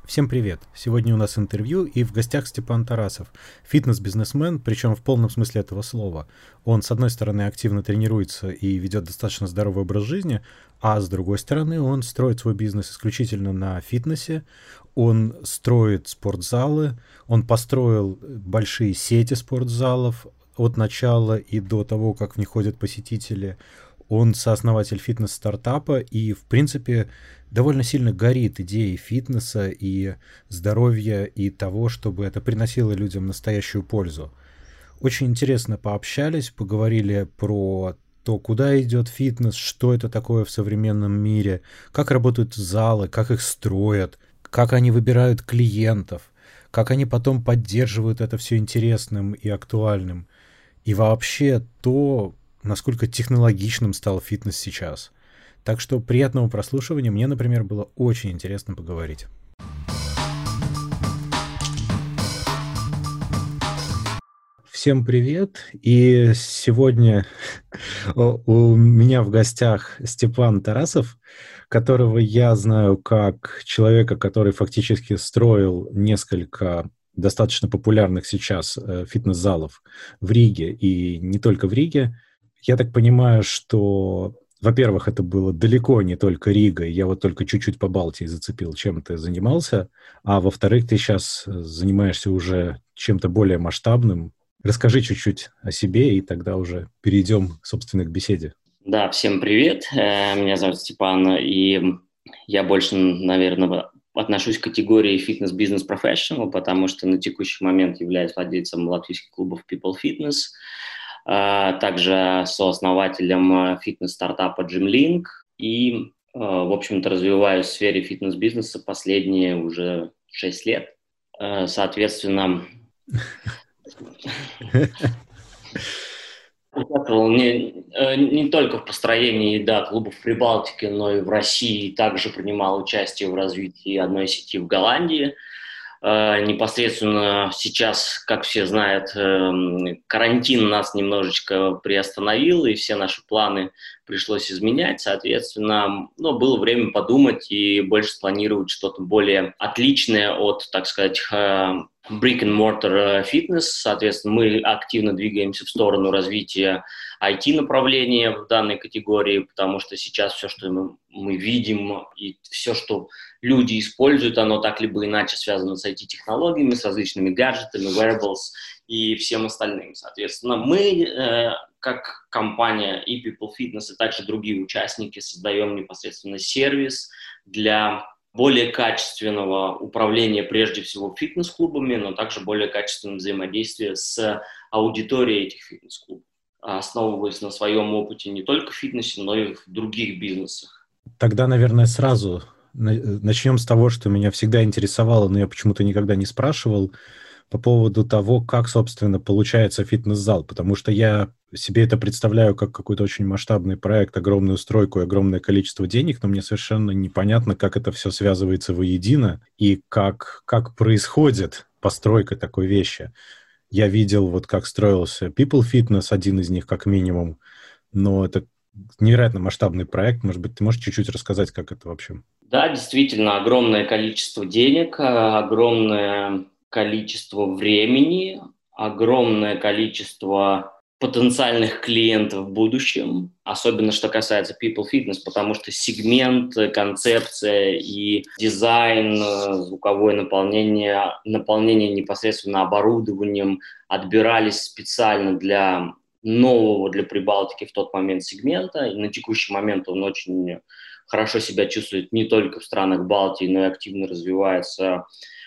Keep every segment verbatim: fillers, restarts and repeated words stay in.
Всем привет! Сегодня у нас интервью, и в гостях Степан Тарасов, фитнес-бизнесмен, причем в полном смысле этого слова. Он, с одной стороны, активно тренируется и ведет достаточно здоровый образ жизни, а с другой стороны, он строит свой бизнес исключительно на фитнесе, он строит спортзалы, он построил большие сети спортзалов от начала и до того, как в них ходят посетители. Он сооснователь фитнес-стартапа и, в принципе, довольно сильно горит идеей фитнеса и здоровья и того, чтобы это приносило людям настоящую пользу. Очень интересно пообщались, поговорили про то, куда идет фитнес, что это такое в современном мире, как работают залы, как их строят, как они выбирают клиентов, как они потом поддерживают это все интересным и актуальным. И вообще то, насколько технологичным стал фитнес сейчас. Так что приятного прослушивания. Мне, например, было очень интересно поговорить. Всем привет. И сегодня у меня в гостях Степан Тарасов, которого я знаю как человека, который фактически строил несколько достаточно популярных сейчас фитнес-залов в Риге и не только в Риге. Я так понимаю, что, во-первых, это было далеко не только Рига, я вот только чуть-чуть по Балтии зацепил, чем ты занимался, а во-вторых, ты сейчас занимаешься уже чем-то более масштабным. Расскажи чуть-чуть о себе, и тогда уже перейдем, собственно, к беседе. Да, всем привет, меня зовут Степан, и я больше, наверное, отношусь к категории фитнес-бизнес-профессионал, потому что на текущий момент являюсь владельцем латвийских клубов People Fitness, также сооснователем фитнес-стартапа GymLink и, в общем-то, развиваюсь в сфере фитнес-бизнеса последние уже шесть лет. Соответственно, участвовал не, не только в построении да, клубов в Прибалтике, но и в России, также принимал участие в развитии одной сети в Голландии. Непосредственно сейчас, как все знают, карантин нас немножечко приостановил, и все наши планы пришлось изменять. Соответственно, ну, было время подумать и больше спланировать что-то более отличное от, так сказать, brick-and-mortar fitness. Соответственно, мы активно двигаемся в сторону развития ай ти-направления в данной категории, потому что сейчас все, что мы, мы видим, и все, что люди используют, оно так либо иначе связано с ай ти-технологиями, с различными гаджетами, wearables и всем остальным. Соответственно, мы, э, как компания и People Fitness, и также другие участники, создаем непосредственно сервис для более качественного управления прежде всего фитнес-клубами, но также более качественного взаимодействия с аудиторией этих фитнес-клубов, основываясь на своем опыте не только в фитнесе, но и в других бизнесах. Тогда, наверное, сразу начнем с того, что меня всегда интересовало, но я почему-то никогда не спрашивал, по поводу того, как, собственно, получается фитнес-зал, потому что я себе это представляю как какой-то очень масштабный проект, огромную стройку и огромное количество денег, но мне совершенно непонятно, как это все связывается воедино и как, как происходит постройка такой вещи. Я видел, вот как строился People Fitness, один из них как минимум, но это невероятно масштабный проект. Может быть, ты можешь чуть-чуть рассказать, как это вообще? Да, действительно, огромное количество денег, огромное количество времени, огромное количество потенциальных клиентов в будущем, особенно что касается People Fitness, потому что сегмент, концепция и дизайн, звуковое наполнение, наполнение непосредственно оборудованием отбирались специально для нового для Прибалтики в тот момент сегмента, и на текущий момент он очень хорошо себя чувствует не только в странах Балтии, но и активно развивается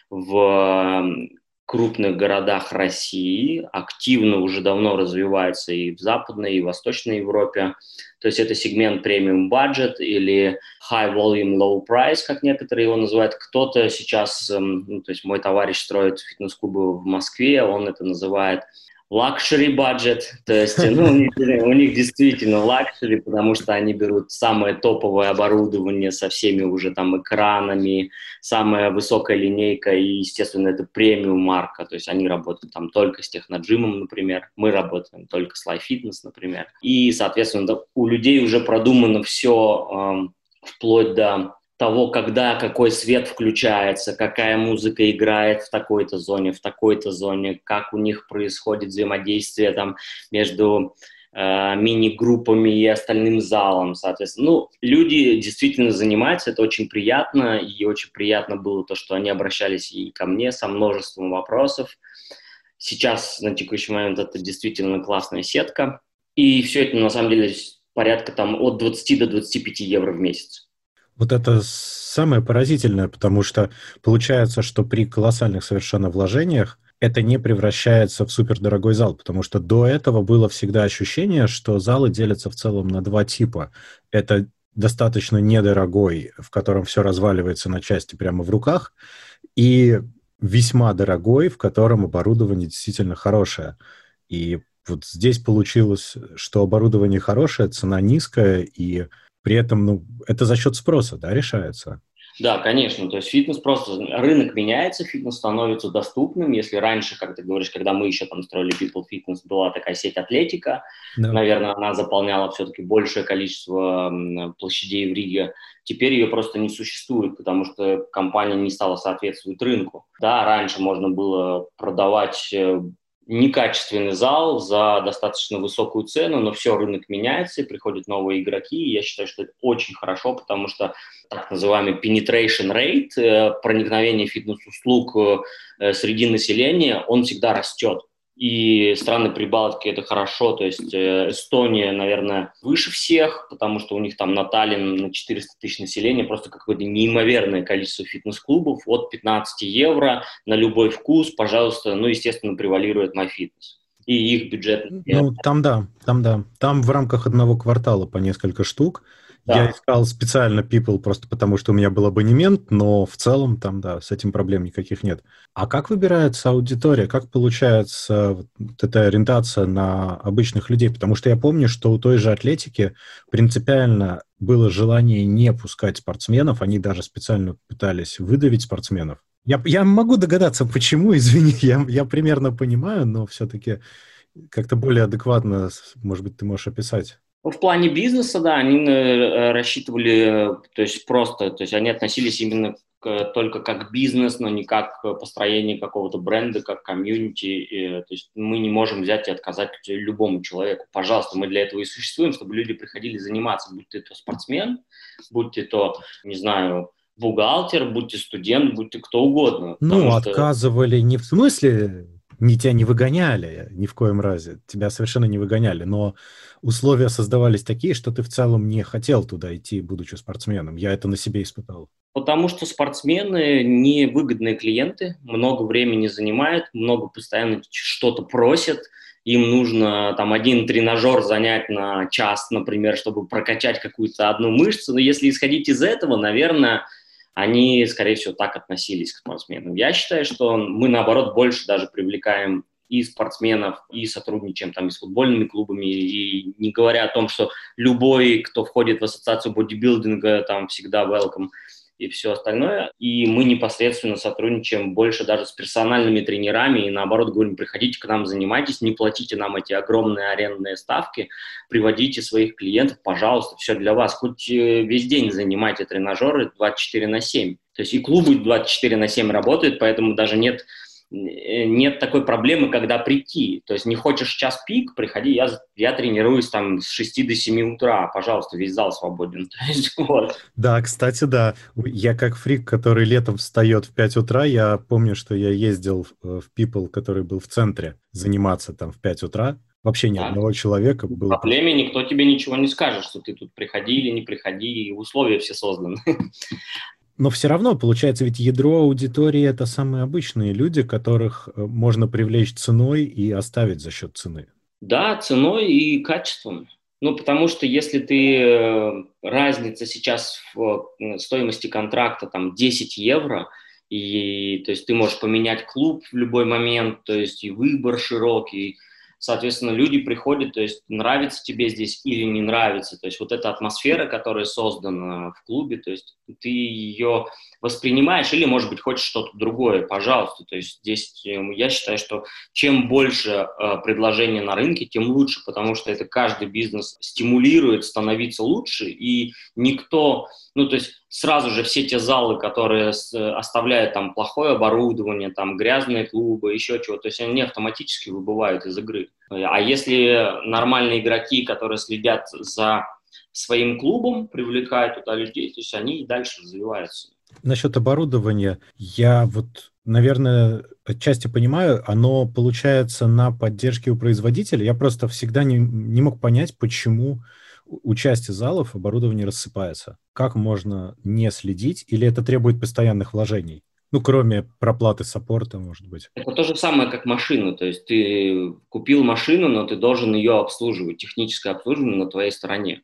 в крупных городах России, активно уже давно развивается и в Западной, и в Восточной Европе. То есть это сегмент премиум бюджет или high volume, low price, как некоторые его называют. Кто-то сейчас, ну, то есть мой товарищ строит фитнес-клубы в Москве, он это называет luxury budget, то есть ну, у, них, у них действительно luxury, потому что они берут самое топовое оборудование со всеми уже там экранами, самая высокая линейка и, естественно, это премиум марка, то есть они работают там только с техноджимом, например, мы работаем только с Life Fitness, например, и, соответственно, у людей уже продумано все э, вплоть до того, когда какой свет включается, какая музыка играет в такой-то зоне, в такой-то зоне, как у них происходит взаимодействие там между э, мини-группами и остальным залом, соответственно. Ну, люди действительно занимаются, это очень приятно, и очень приятно было то, что они обращались и ко мне со множеством вопросов. Сейчас, на текущий момент, это действительно классная сетка, и все это, на самом деле, порядка там от двадцати до двадцати пяти евро в месяц. Вот это самое поразительное, потому что получается, что при колоссальных совершенно вложениях это не превращается в супердорогой зал, потому что до этого было всегда ощущение, что залы делятся в целом на два типа. Это достаточно недорогой, в котором все разваливается на части прямо в руках, и весьма дорогой, в котором оборудование действительно хорошее. И вот здесь получилось, что оборудование хорошее, цена низкая, и при этом, ну, это за счет спроса, да, решается? Да, конечно, то есть фитнес просто, рынок меняется, фитнес становится доступным. Если раньше, как ты говоришь, когда мы еще там строили People Fitness, была такая сеть Атлетика, Да. наверное, она заполняла все-таки большее количество площадей в Риге. Теперь ее просто не существует, потому что компания не стала соответствовать рынку. Да, раньше можно было продавать некачественный зал за достаточно высокую цену, но все, рынок меняется, и приходят новые игроки, и я считаю, что это очень хорошо, потому что так называемый penetration rate, проникновение фитнес-услуг среди населения, он всегда растет. И страны Прибалтики это хорошо, то есть Эстония, наверное, выше всех, потому что у них там на Таллин на четыреста тысяч населения просто какое-то неимоверное количество фитнес-клубов от пятнадцати евро на любой вкус, пожалуйста, ну, естественно, превалирует MyFitness. И их бюджет. Ну, там да, там да. Там в рамках одного квартала по несколько штук. Да. Я искал специально People просто потому, что у меня был абонемент, но в целом там, да, с этим проблем никаких нет. А как выбирается аудитория? Как получается вот эта ориентация на обычных людей? Потому что я помню, что у той же Атлетики принципиально было желание не пускать спортсменов. Они даже специально пытались выдавить спортсменов. Я, я могу догадаться, почему, извини, я, я примерно понимаю, но все-таки как-то более адекватно, может быть, ты можешь описать. Ну, в плане бизнеса, да, они э, рассчитывали, то есть просто, то есть они относились именно к, только как бизнес, но не как построение какого-то бренда, как комьюнити. И, то есть мы не можем взять и отказать любому человеку. Пожалуйста, мы для этого и существуем, чтобы люди приходили заниматься, будь ты то спортсмен, будь ты то, не знаю, бухгалтер, будь ты студент, будь ты кто угодно. Ну, Что... отказывали не в смысле, не тебя не выгоняли, ни в коем разе, тебя совершенно не выгоняли, но условия создавались такие, что ты в целом не хотел туда идти, будучи спортсменом. Я это на себе испытал. Потому что спортсмены невыгодные клиенты, много времени занимают, много постоянно что-то просят, им нужно там один тренажер занять на час, например, чтобы прокачать какую-то одну мышцу. Но если исходить из этого, наверное, они, скорее всего, так относились к спортсменам. Я считаю, что мы, наоборот, больше даже привлекаем и спортсменов, и сотрудничаем там и с футбольными клубами, и не говоря о том, что любой, кто входит в ассоциацию бодибилдинга, там всегда welcome, и все остальное. И мы непосредственно сотрудничаем больше даже с персональными тренерами и наоборот говорим, приходите к нам, занимайтесь, не платите нам эти огромные арендные ставки, приводите своих клиентов, пожалуйста, все для вас. Хоть весь день занимайте тренажеры двадцать четыре на семь. То есть и клубы двадцать четыре на семь работают, поэтому даже нет нет такой проблемы, когда прийти. То есть не хочешь час пик, приходи, я, я тренируюсь там с шести до семи утра, пожалуйста, весь зал свободен. То есть, вот. Да, кстати, да. Я как фрик, который летом встает в пять утра, я помню, что я ездил в People, который был в центре, заниматься там в пять утра. Вообще ни Да. одного человека. В было... проблеме никто тебе ничего не скажет, что ты тут приходи или не приходи, и условия все созданы. Но все равно, получается, ведь ядро аудитории — это самые обычные люди, которых можно привлечь ценой и оставить за счет цены. Да, ценой и качеством. Ну, потому что если ты... Разница сейчас в стоимости контракта там десять евро, и то есть ты можешь поменять клуб в любой момент, то есть и выбор широкий. Соответственно, люди приходят, то есть нравится тебе здесь или не нравится. То есть вот эта атмосфера, которая создана в клубе, то есть ты ее воспринимаешь или, может быть, хочешь что-то другое, пожалуйста. То есть здесь я считаю, что чем больше э, предложений на рынке, тем лучше, потому что это каждый бизнес стимулирует становиться лучше, и никто... Ну, то есть сразу же все те залы, которые с, оставляют там плохое оборудование, там грязные клубы, еще чего, то есть они автоматически выбывают из игры. А если нормальные игроки, которые следят за своим клубом, привлекают туда людей, то есть они и дальше развиваются. Насчет оборудования, я вот, наверное, отчасти понимаю, оно получается на поддержке у производителя. Я просто всегда не, не мог понять, почему у части залов оборудование рассыпается. Как можно не следить, или это требует постоянных вложений? Ну, кроме проплаты саппорта, может быть. Это то же самое, как машина. То есть ты купил машину, но ты должен ее обслуживать. Техническое обслуживание на твоей стороне.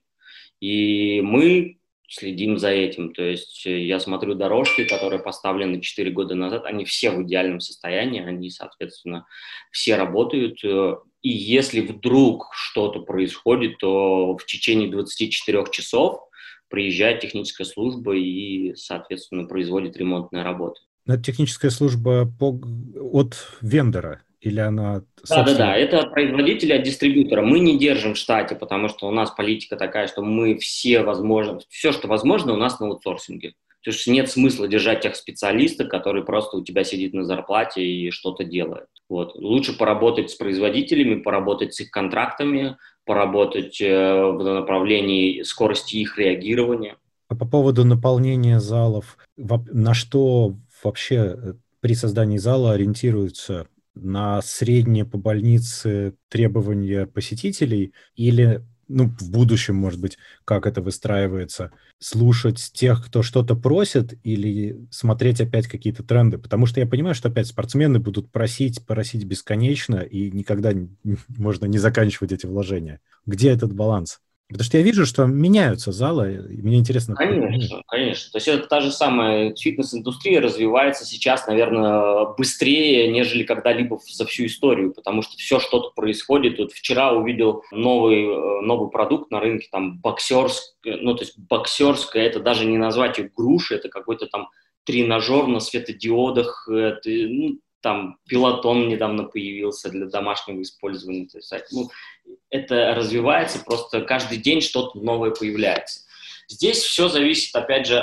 И мы следим за этим. То есть я смотрю дорожки, которые поставлены четыре года назад, они все в идеальном состоянии, они, соответственно, все работают. И если вдруг что-то происходит, то в течение двадцати четырёх часов приезжает техническая служба и, соответственно, производит ремонтные работы. Это техническая служба по... от вендора? Или она Да-да-да, собственная? это от производителя, от дистрибьютора. Мы не держим в штате, потому что у нас политика такая, что мы все возможно, все, что возможно, у нас на аутсорсинге. То есть нет смысла держать тех специалистов, который просто у тебя сидит на зарплате и что-то делает. Вот. Лучше поработать с производителями, поработать с их контрактами, поработать э, в направлении скорости их реагирования. А по поводу наполнения залов, на что вообще при создании зала ориентируются? На средние по больнице требования посетителей или, ну, в будущем, может быть, как это выстраивается, слушать тех, кто что-то просит, или смотреть опять какие-то тренды? Потому что я понимаю, что опять спортсмены будут просить, просить бесконечно, и никогда не, можно не заканчивать эти вложения. Где этот баланс? Потому что я вижу, что меняются залы, и мне интересно... Конечно, конечно. То есть это та же самая фитнес-индустрия развивается сейчас, наверное, быстрее, нежели когда-либо за всю историю, потому что все что-то происходит. Вот вчера увидел новый, новый продукт на рынке, там, боксерская, ну, то есть боксерская, это даже не назвать ее грушей, это какой-то там тренажер на светодиодах, это, ну, там пилотон недавно появился для домашнего использования. То есть, ну, это развивается, просто каждый день что-то новое появляется. Здесь все зависит, опять же,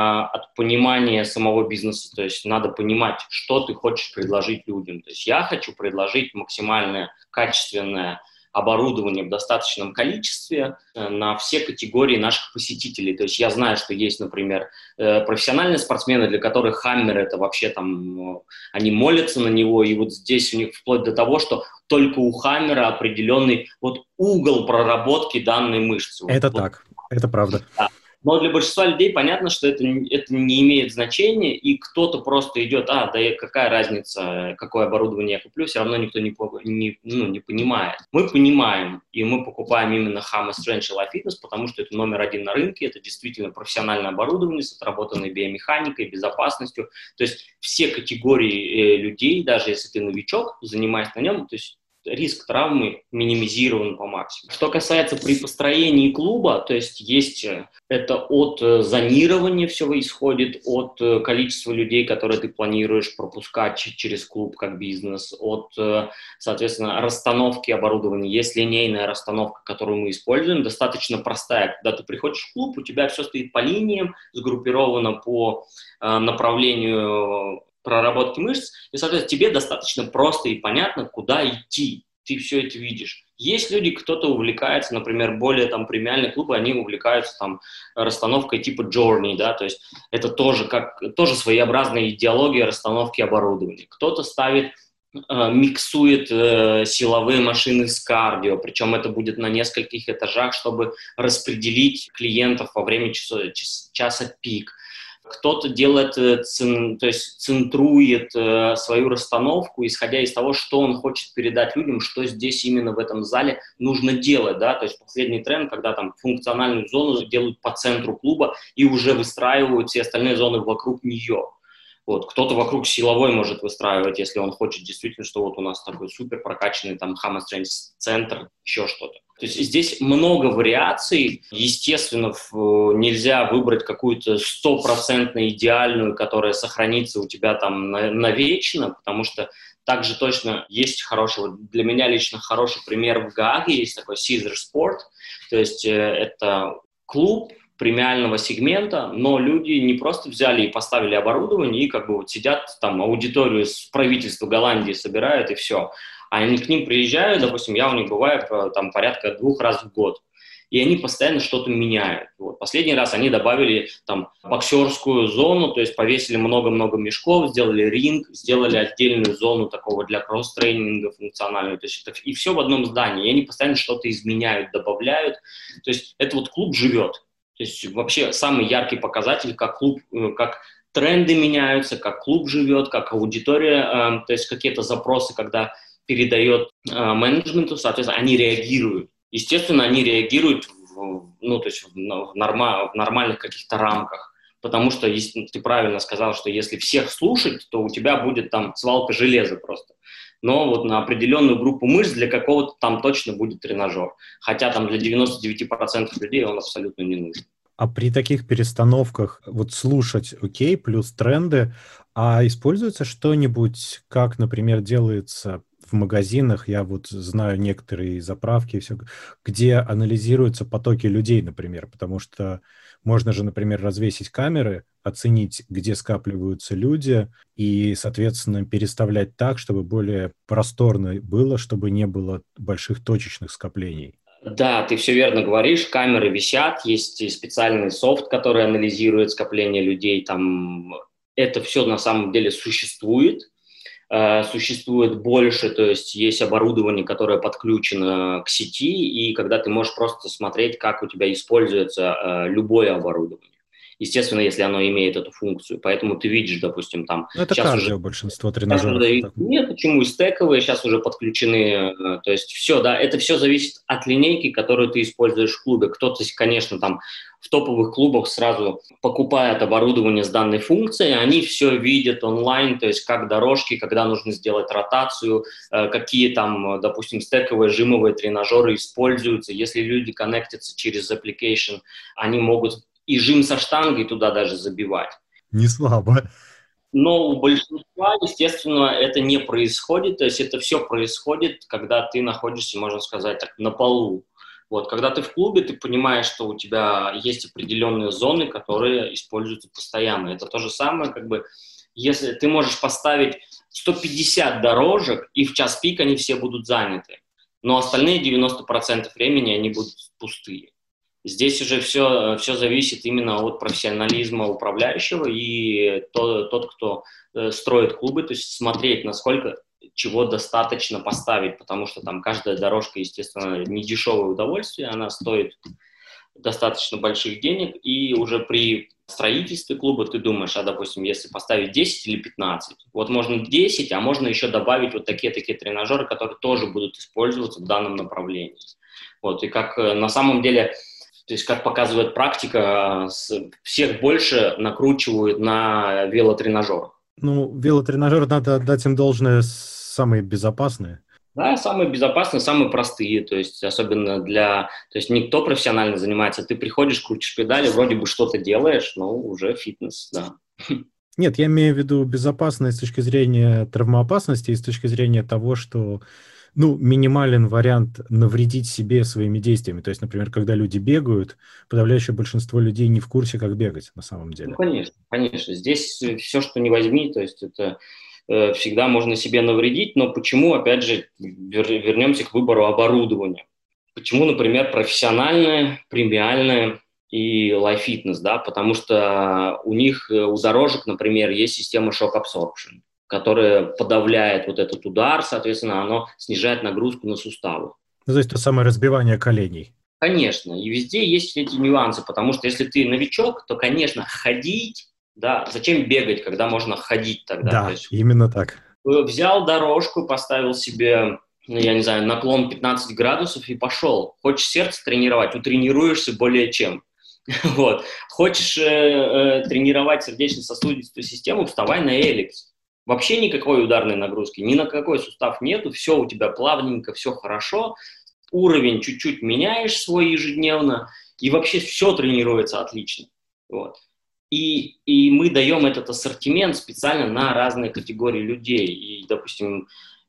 от понимания самого бизнеса. То есть надо понимать, что ты хочешь предложить людям. То есть я хочу предложить максимально качественное оборудование в достаточном количестве на все категории наших посетителей. То есть я знаю, что есть, например, профессиональные спортсмены, для которых Хаммер это вообще там, они молятся на него, и вот здесь у них вплоть до того, что только у Хаммера определенный вот угол проработки данной мышцы. Это вот, так, это правда. Да. Но для большинства людей понятно, что это, это не имеет значения, и кто-то просто идет, а, да какая разница, какое оборудование я куплю, все равно никто не, не, ну, не понимает. Мы понимаем, и мы покупаем именно Hammer Strength и Life Fitness, потому что это номер один на рынке, это действительно профессиональное оборудование с отработанной биомеханикой, безопасностью. То есть все категории э, людей, даже если ты новичок, занимаясь на нем, то есть риск травмы минимизирован по максимуму. Что касается при построении клуба, то есть есть это от зонирования все исходит, от количества людей, которые ты планируешь пропускать через клуб как бизнес, от, соответственно, расстановки оборудования. Есть линейная расстановка, которую мы используем, достаточно простая. Когда ты приходишь в клуб, у тебя все стоит по линиям, сгруппировано по направлению проработки мышц, и, соответственно, тебе достаточно просто и понятно, куда идти. Ты все это видишь. Есть люди, кто-то увлекается, например, более там премиальные клубы, они увлекаются там расстановкой типа Journey, да, то есть это тоже как тоже своеобразная идеология расстановки оборудования. Кто-то ставит э, миксует э, силовые машины с кардио, причем это будет на нескольких этажах, чтобы распределить клиентов во время часа, часа пик. Кто-то делает, то есть центрует э, свою расстановку, исходя из того, что он хочет передать людям, что здесь именно в этом зале нужно делать, да, то есть последний тренд, когда там функциональную зону делают по центру клуба и уже выстраивают все остальные зоны вокруг нее. Вот. Кто-то вокруг силовой может выстраивать, если он хочет действительно, что вот у нас такой супер прокачанный там Hammer Strength центр, еще что-то. То есть здесь много вариаций. Естественно, нельзя выбрать какую-то стопроцентно идеальную, которая сохранится у тебя там навечно, потому что также точно есть хороший, для меня лично хороший пример в Гааге, есть такой Caesar Sport, то есть это клуб, премиального сегмента, но люди не просто взяли и поставили оборудование и как бы вот сидят там, аудиторию с правительства Голландии собирают и все. А они к ним приезжают, допустим, я у них бываю там порядка двух раз в год. И они постоянно что-то меняют. Вот. Последний раз они добавили там боксерскую зону, то есть повесили много-много мешков, сделали ринг, сделали отдельную зону такого для кросс-тренинга функциональную. То есть это и все в одном здании. И они постоянно что-то изменяют, добавляют. То есть это вот клуб живет. То есть вообще самый яркий показатель, как клуб, как тренды меняются, как клуб живет, как аудитория, э, то есть какие-то запросы, когда передает э, менеджменту, соответственно, они реагируют. Естественно, они реагируют в, ну, то есть в, в, норма, в нормальных каких-то рамках, потому что если, ты правильно сказал, что если всех слушать, то у тебя будет там свалка железа просто. Но вот на определенную группу мышц для какого-то там точно будет тренажер. Хотя там для девяноста девяти процентов людей он абсолютно не нужен. А при таких перестановках вот слушать окей, плюс тренды, а используется что-нибудь, как, например, делается в магазинах, я вот знаю некоторые заправки, все, где анализируются потоки людей, например, потому что можно же, например, развесить камеры, оценить, где скапливаются люди, и, соответственно, переставлять так, чтобы более просторно было, чтобы не было больших точечных скоплений. Да, ты все верно говоришь, камеры висят, есть специальный софт, который анализирует скопление людей, там это все на самом деле существует. Существует больше, то есть есть оборудование, которое подключено к сети, и когда ты можешь просто смотреть, как у тебя используется любое оборудование. Естественно, если оно имеет эту функцию. Поэтому ты видишь, допустим, там... Ну, это сейчас кардио уже, большинство тренажеров. Уже, нет, почему? И стековые сейчас уже подключены. То есть все, да, это все зависит от линейки, которую ты используешь в клубе. Кто-то, конечно, там в топовых клубах сразу покупает оборудование с данной функцией, они все видят онлайн, то есть как дорожки, когда нужно сделать ротацию, какие там, допустим, стековые, жимовые тренажеры используются. Если люди коннектятся через application, они могут и жим со штангой туда даже забивать. Не слабо. Но у большинства, естественно, это не происходит, то есть это все происходит, когда ты находишься, можно сказать, так, на полу. Вот, когда ты в клубе, ты понимаешь, что у тебя есть определенные зоны, которые используются постоянно. Это то же самое, как бы, если ты можешь поставить сто пятьдесят дорожек, и в час пик они все будут заняты, но остальные девяносто процентов времени они будут пустые. Здесь уже все, все зависит именно от профессионализма управляющего и то, тот, кто э, строит клубы, то есть смотреть, насколько чего достаточно поставить, потому что там каждая дорожка, естественно, не дешевое удовольствие, она стоит достаточно больших денег, и уже при строительстве клуба ты думаешь, а, допустим, если поставить десять или пятнадцать, вот можно десять, а можно еще добавить вот такие-такие тренажеры, которые тоже будут использоваться в данном направлении. Вот, и как э, на самом деле... То есть, как показывает практика, всех больше накручивают на велотренажерах. Ну, велотренажеры, надо отдать им должное, самые безопасные. Да, самые безопасные, самые простые, то есть особенно для... То есть никто профессионально занимается, ты приходишь, крутишь педали, вроде бы что-то делаешь, но уже фитнес, да. Нет, я имею в виду безопасность с точки зрения травмоопасности и с точки зрения того, что ну, минимален вариант навредить себе своими действиями. То есть, например, когда люди бегают, подавляющее большинство людей не в курсе, как бегать на самом деле. Ну, конечно, конечно. Здесь все, что не возьми, то есть это э, всегда можно себе навредить, но почему, опять же, вер, вернемся к выбору оборудования. Почему, например, профессиональное, премиальное и Life Fitness, да, потому что у них, у дорожек, например, есть система Shock Absorption, которое подавляет вот этот удар, соответственно, оно снижает нагрузку на суставы. Ну, то есть то самое разбивание коленей. Конечно, и везде есть эти нюансы, потому что если ты новичок, то, конечно, ходить, да, зачем бегать, когда можно ходить тогда? Да, то есть, именно так. Взял дорожку, поставил себе, ну, я не знаю, наклон пятнадцать градусов и пошел. Хочешь сердце тренировать, утренируешься более чем. Вот. Хочешь э, э, тренировать сердечно-сосудистую систему, вставай на эликс. Вообще никакой ударной нагрузки, ни на какой сустав нету, все у тебя плавненько, все хорошо, уровень чуть-чуть меняешь свой ежедневно, и вообще все тренируется отлично. Вот. И, и мы даем этот ассортимент специально на разные категории людей. И, допустим,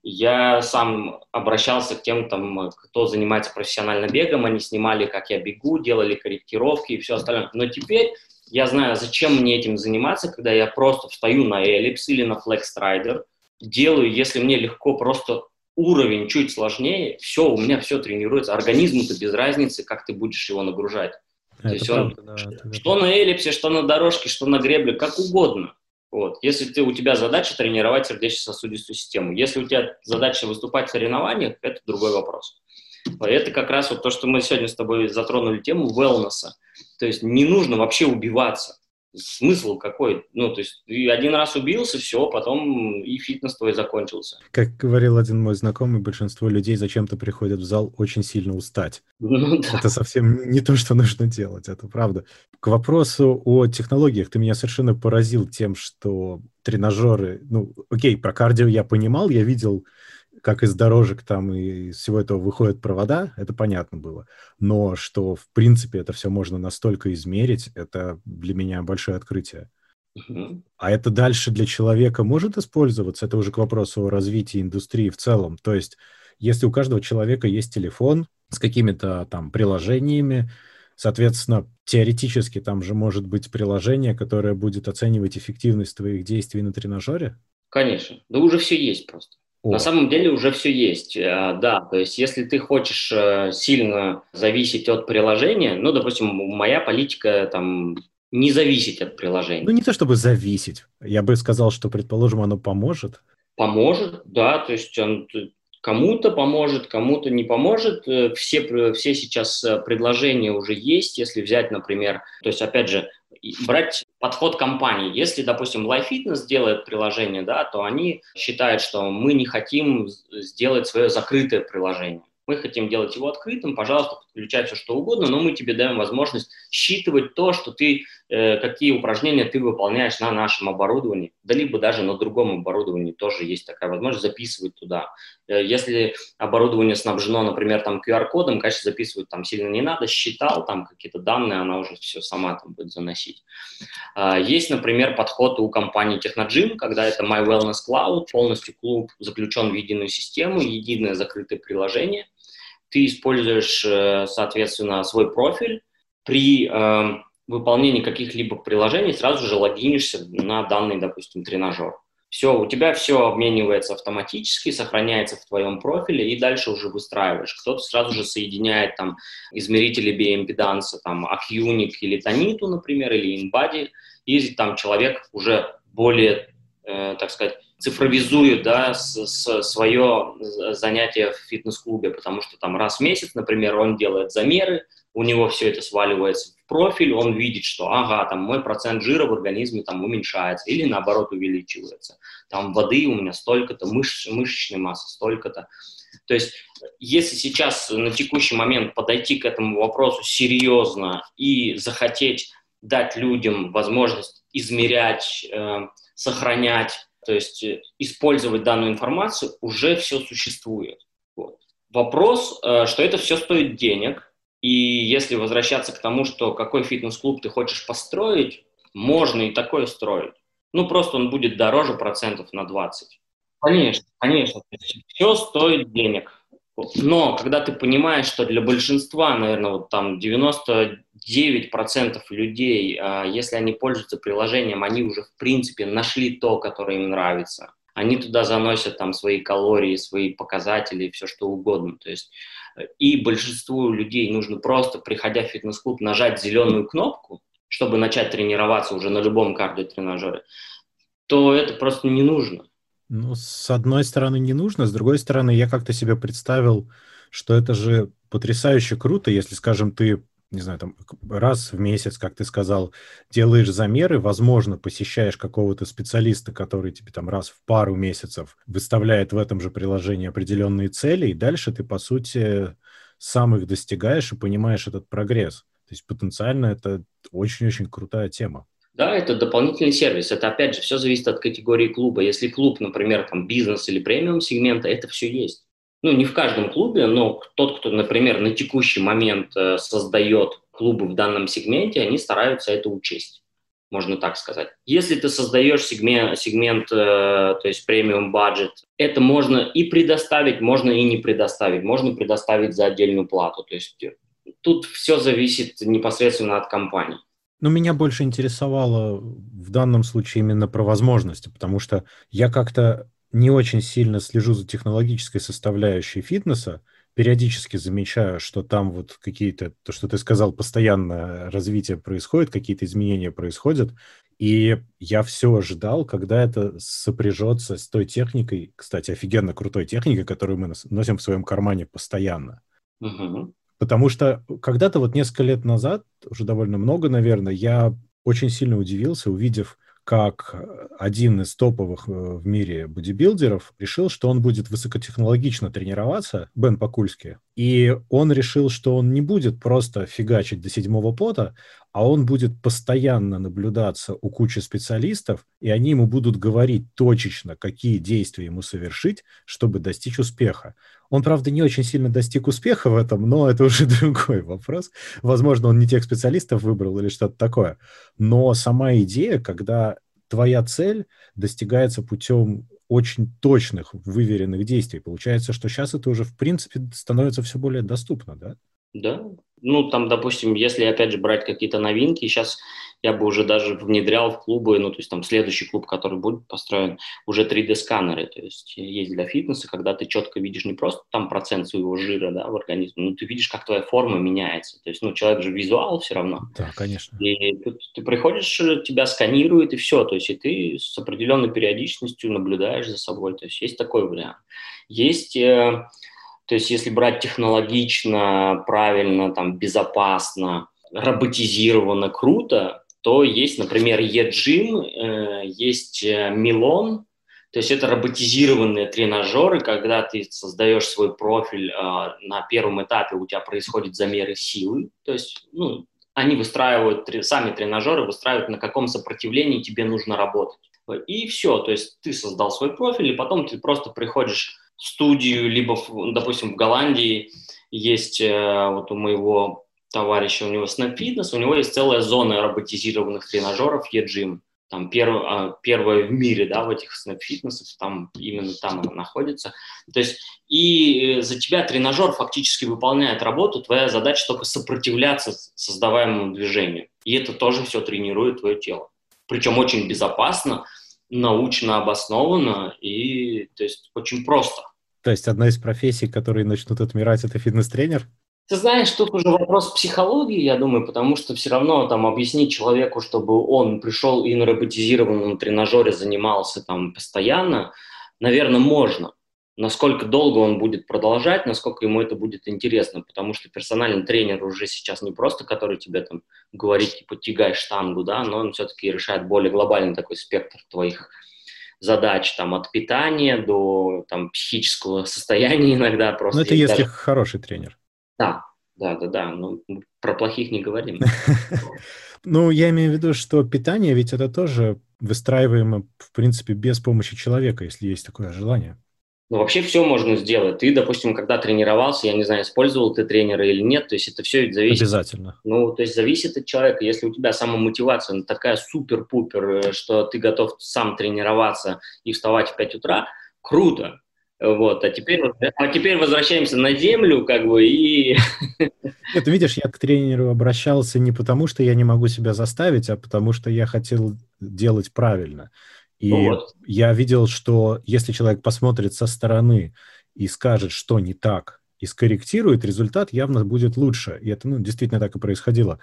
Я сам обращался к тем, там, кто занимается профессионально бегом, они снимали, как я бегу, делали корректировки и все остальное. Но теперь я знаю, зачем мне этим заниматься, когда я просто встаю на эллипс или на флекстрайдер, делаю, если мне легко, просто уровень чуть сложнее, все, у меня все тренируется. Организму-то без разницы, как ты будешь его нагружать. То Это есть он правда, да. Это что верно. на эллипсе, что на дорожке, что на гребле, как угодно. Вот. Если ты, у тебя задача тренировать сердечно-сосудистую систему, если у тебя задача выступать в соревнованиях, это другой вопрос. Это как раз вот то, что мы сегодня с тобой затронули тему wellness. То есть не нужно вообще убиваться. Смысл какой? Ну, то есть ты один раз убился, все, потом и фитнес твой закончился. Как говорил один мой знакомый, большинство людей зачем-то приходят в зал очень сильно устать. Ну да. Это совсем не то, что нужно делать, это правда. К вопросу о технологиях. Ты меня совершенно поразил тем, что тренажеры... Ну, окей, про кардио я понимал, я видел, как из дорожек там и из всего этого выходят провода, это понятно было. Но что, в принципе, это все можно настолько измерить, это для меня большое открытие. Мгм. А это дальше для человека может использоваться? Это уже к вопросу о развитии индустрии в целом. То есть, если у каждого человека есть телефон с какими-то там приложениями, соответственно, теоретически там же может быть приложение, которое будет оценивать эффективность твоих действий на тренажере? Конечно. Да уже все есть просто. На О, самом деле уже все есть, э, да, то есть если ты хочешь э, сильно зависеть от приложения, ну, допустим, моя политика там не зависеть от ну приложения. не то чтобы зависеть. Я бы сказал, что, предположим, оно поможет. Поможет, да, то есть он т- кому-то поможет, кому-то не поможет. Э, Все, пр- все сейчас э, предложения уже есть, если взять, например, то есть, опять же, и брать подход компании. Если, допустим, Life Fitness делает приложение, да, то они считают, что мы не хотим с- сделать свое закрытое приложение. Мы хотим делать его открытым, пожалуйста, подключай все что угодно, но мы тебе даем возможность считывать то, что ты э, какие упражнения ты выполняешь на нашем оборудовании, да либо даже на другом оборудовании тоже есть такая возможность записывать туда. Э, если оборудование снабжено, например, там ку ар-кодом, конечно, записывать там сильно не надо, считал там какие-то данные, она уже все сама там будет заносить. А, есть, например, подход у компании Technogym, когда это My Wellness Cloud, полностью клуб заключен в единую систему, единое закрытое приложение. Ты используешь, э, соответственно, свой профиль при э, выполнении каких-либо приложений, сразу же логинишься на данный, допустим, тренажер. Все, у тебя все обменивается автоматически, сохраняется в твоем профиле, и дальше уже выстраиваешь. Кто-то сразу же соединяет там измерители биоимпеданса, там, Acunic или Tonitu, например, или InBody, и там человек уже более, э, так сказать, цифровизует, да, с, с, свое занятие в фитнес-клубе, потому что там раз в месяц, например, он делает замеры, у него все это сваливается в профиль, он видит, что, ага, там мой процент жира в организме там уменьшается или наоборот увеличивается, там воды у меня столько-то, мыш, мышечной массы столько-то. То есть если сейчас на текущий момент подойти к этому вопросу серьезно и захотеть дать людям возможность измерять, э, сохранять, то есть э, использовать данную информацию, уже все существует. Вот. Вопрос, э, что это все стоит денег, и если возвращаться к тому, что какой фитнес-клуб ты хочешь построить, можно и такое строить. Ну, просто он будет дороже процентов на двадцать. Конечно, конечно. Все стоит денег. Но когда ты понимаешь, что для большинства, наверное, вот там девяносто девять процентов людей, а, если они пользуются приложением, они уже в принципе нашли то, которое им нравится. Они туда заносят там свои калории, свои показатели, все что угодно. То есть э, и большинству людей нужно просто, приходя в фитнес-клуб, нажать зеленую кнопку, чтобы начать тренироваться уже на любом кардиотренажере, то это просто не нужно. Ну, с одной стороны, не нужно, с другой стороны, я как-то себе представил, что это же потрясающе круто, если, скажем, ты, не знаю, там раз в месяц, как ты сказал, делаешь замеры, возможно, посещаешь какого-то специалиста, который тебе там раз в пару месяцев выставляет в этом же приложении определенные цели, и дальше ты, по сути, сам их достигаешь и понимаешь этот прогресс. То есть потенциально это очень-очень крутая тема. Да, это дополнительный сервис. Это, опять же, все зависит от категории клуба. Если клуб, например, там бизнес или премиум сегмента, это все есть. Ну, не в каждом клубе, но тот, кто, например, на текущий момент э, создает клубы в данном сегменте, они стараются это учесть. можно так сказать. Если ты создаешь сегмент, сегмент э, то есть премиум баджет, это можно и предоставить, можно и не предоставить, можно предоставить за отдельную плату. То есть тут все зависит непосредственно от компании. Но меня больше интересовало в данном случае именно про возможности, потому что я как-то не очень сильно слежу за технологической составляющей фитнеса, периодически замечаю, что там вот какие-то, то, что ты сказал, постоянно развитие происходит, какие-то изменения происходят, и я все ожидал, когда это сопряжется с той техникой, кстати, офигенно крутой техникой, которую мы нос- носим в своем кармане постоянно. Угу. Потому что когда-то вот несколько лет назад, уже довольно много, наверное, я очень сильно удивился, увидев, как один из топовых э, в мире бодибилдеров решил, что он будет высокотехнологично тренироваться, Бен Пакульский, и он решил, что он не будет просто фигачить до седьмого пота, а он будет постоянно наблюдаться у кучи специалистов, и они ему будут говорить точечно, какие действия ему совершить, чтобы достичь успеха. Он, правда, не очень сильно достиг успеха в этом, но это уже другой вопрос. Возможно, он не тех специалистов выбрал или что-то такое. Но сама идея, когда твоя цель достигается путем очень точных, выверенных действий, получается, что сейчас это уже, в принципе, становится все более доступно, да? Да. Ну, там, допустим, если, опять же, брать какие-то новинки, сейчас я бы уже даже внедрял в клубы, ну, то есть там следующий клуб, который будет построен, уже три дэ-сканеры, то есть есть для фитнеса, когда ты четко видишь не просто там процент своего жира, да, в организме, но ты видишь, как твоя форма меняется, то есть, ну, человек же визуал все равно, Да, конечно. и ты, ты приходишь, тебя сканируют, и все, то есть и ты с определенной периодичностью наблюдаешь за собой, то есть есть такой вариант. Есть... Э, То есть если брать технологично, правильно, там, безопасно, роботизированно, круто, то есть, например, E-Gym, э, есть Milon, то есть это роботизированные тренажеры, когда ты создаешь свой профиль, э, на первом этапе у тебя происходят замеры силы, то есть ну, они выстраивают, сами тренажеры выстраивают, на каком сопротивлении тебе нужно работать. И все, то есть ты создал свой профиль, и потом ты просто приходишь в студию, либо, в, допустим, в Голландии есть э, вот у моего товарища, у него Snap Fitness, у него есть целая зона роботизированных тренажеров E-Gym. Там перв, а, первая в мире, да, в этих Snap Fitness, там именно там она находится. То есть и за тебя тренажер фактически выполняет работу, твоя задача только сопротивляться создаваемому движению. И это тоже все тренирует твое тело. Причем очень безопасно, научно обоснованно и, то есть, очень просто. То есть одна из профессий, которые начнут отмирать, это фитнес-тренер? Ты знаешь, тут уже вопрос психологии, я думаю, потому что все равно там объяснить человеку, чтобы он пришел и на роботизированном тренажере занимался там постоянно, наверное, можно. Насколько долго он будет продолжать, насколько ему это будет интересно, потому что персональный тренер уже сейчас не просто, который тебе там говорит, типа, тягай штангу, да, но он все-таки решает более глобальный такой спектр твоих задач, там, от питания до там, психического состояния иногда Ну, просто это есть если даже... хороший тренер. Да, да, да, да, ну, про плохих не говорим. Ну, я имею в виду, что питание ведь это тоже выстраиваемо, в принципе, без помощи человека, если есть такое желание. Ну, вообще все можно сделать. Ты, допустим, когда тренировался, я не знаю, использовал ты тренера или нет, то есть это все зависит. Обязательно. Ну, то есть зависит от человека. Если у тебя самомотивация ну, такая супер-пупер, что ты готов сам тренироваться и вставать в пять утра, круто. Вот, а теперь, а теперь возвращаемся на землю, как бы, и... Нет, видишь, я к тренеру обращался не потому, что я не могу себя заставить, а потому что я хотел делать правильно. Ну И вот. я видел, что если человек посмотрит со стороны и скажет, что не так, и скорректирует, результат явно будет лучше. И это, ну, действительно так и происходило.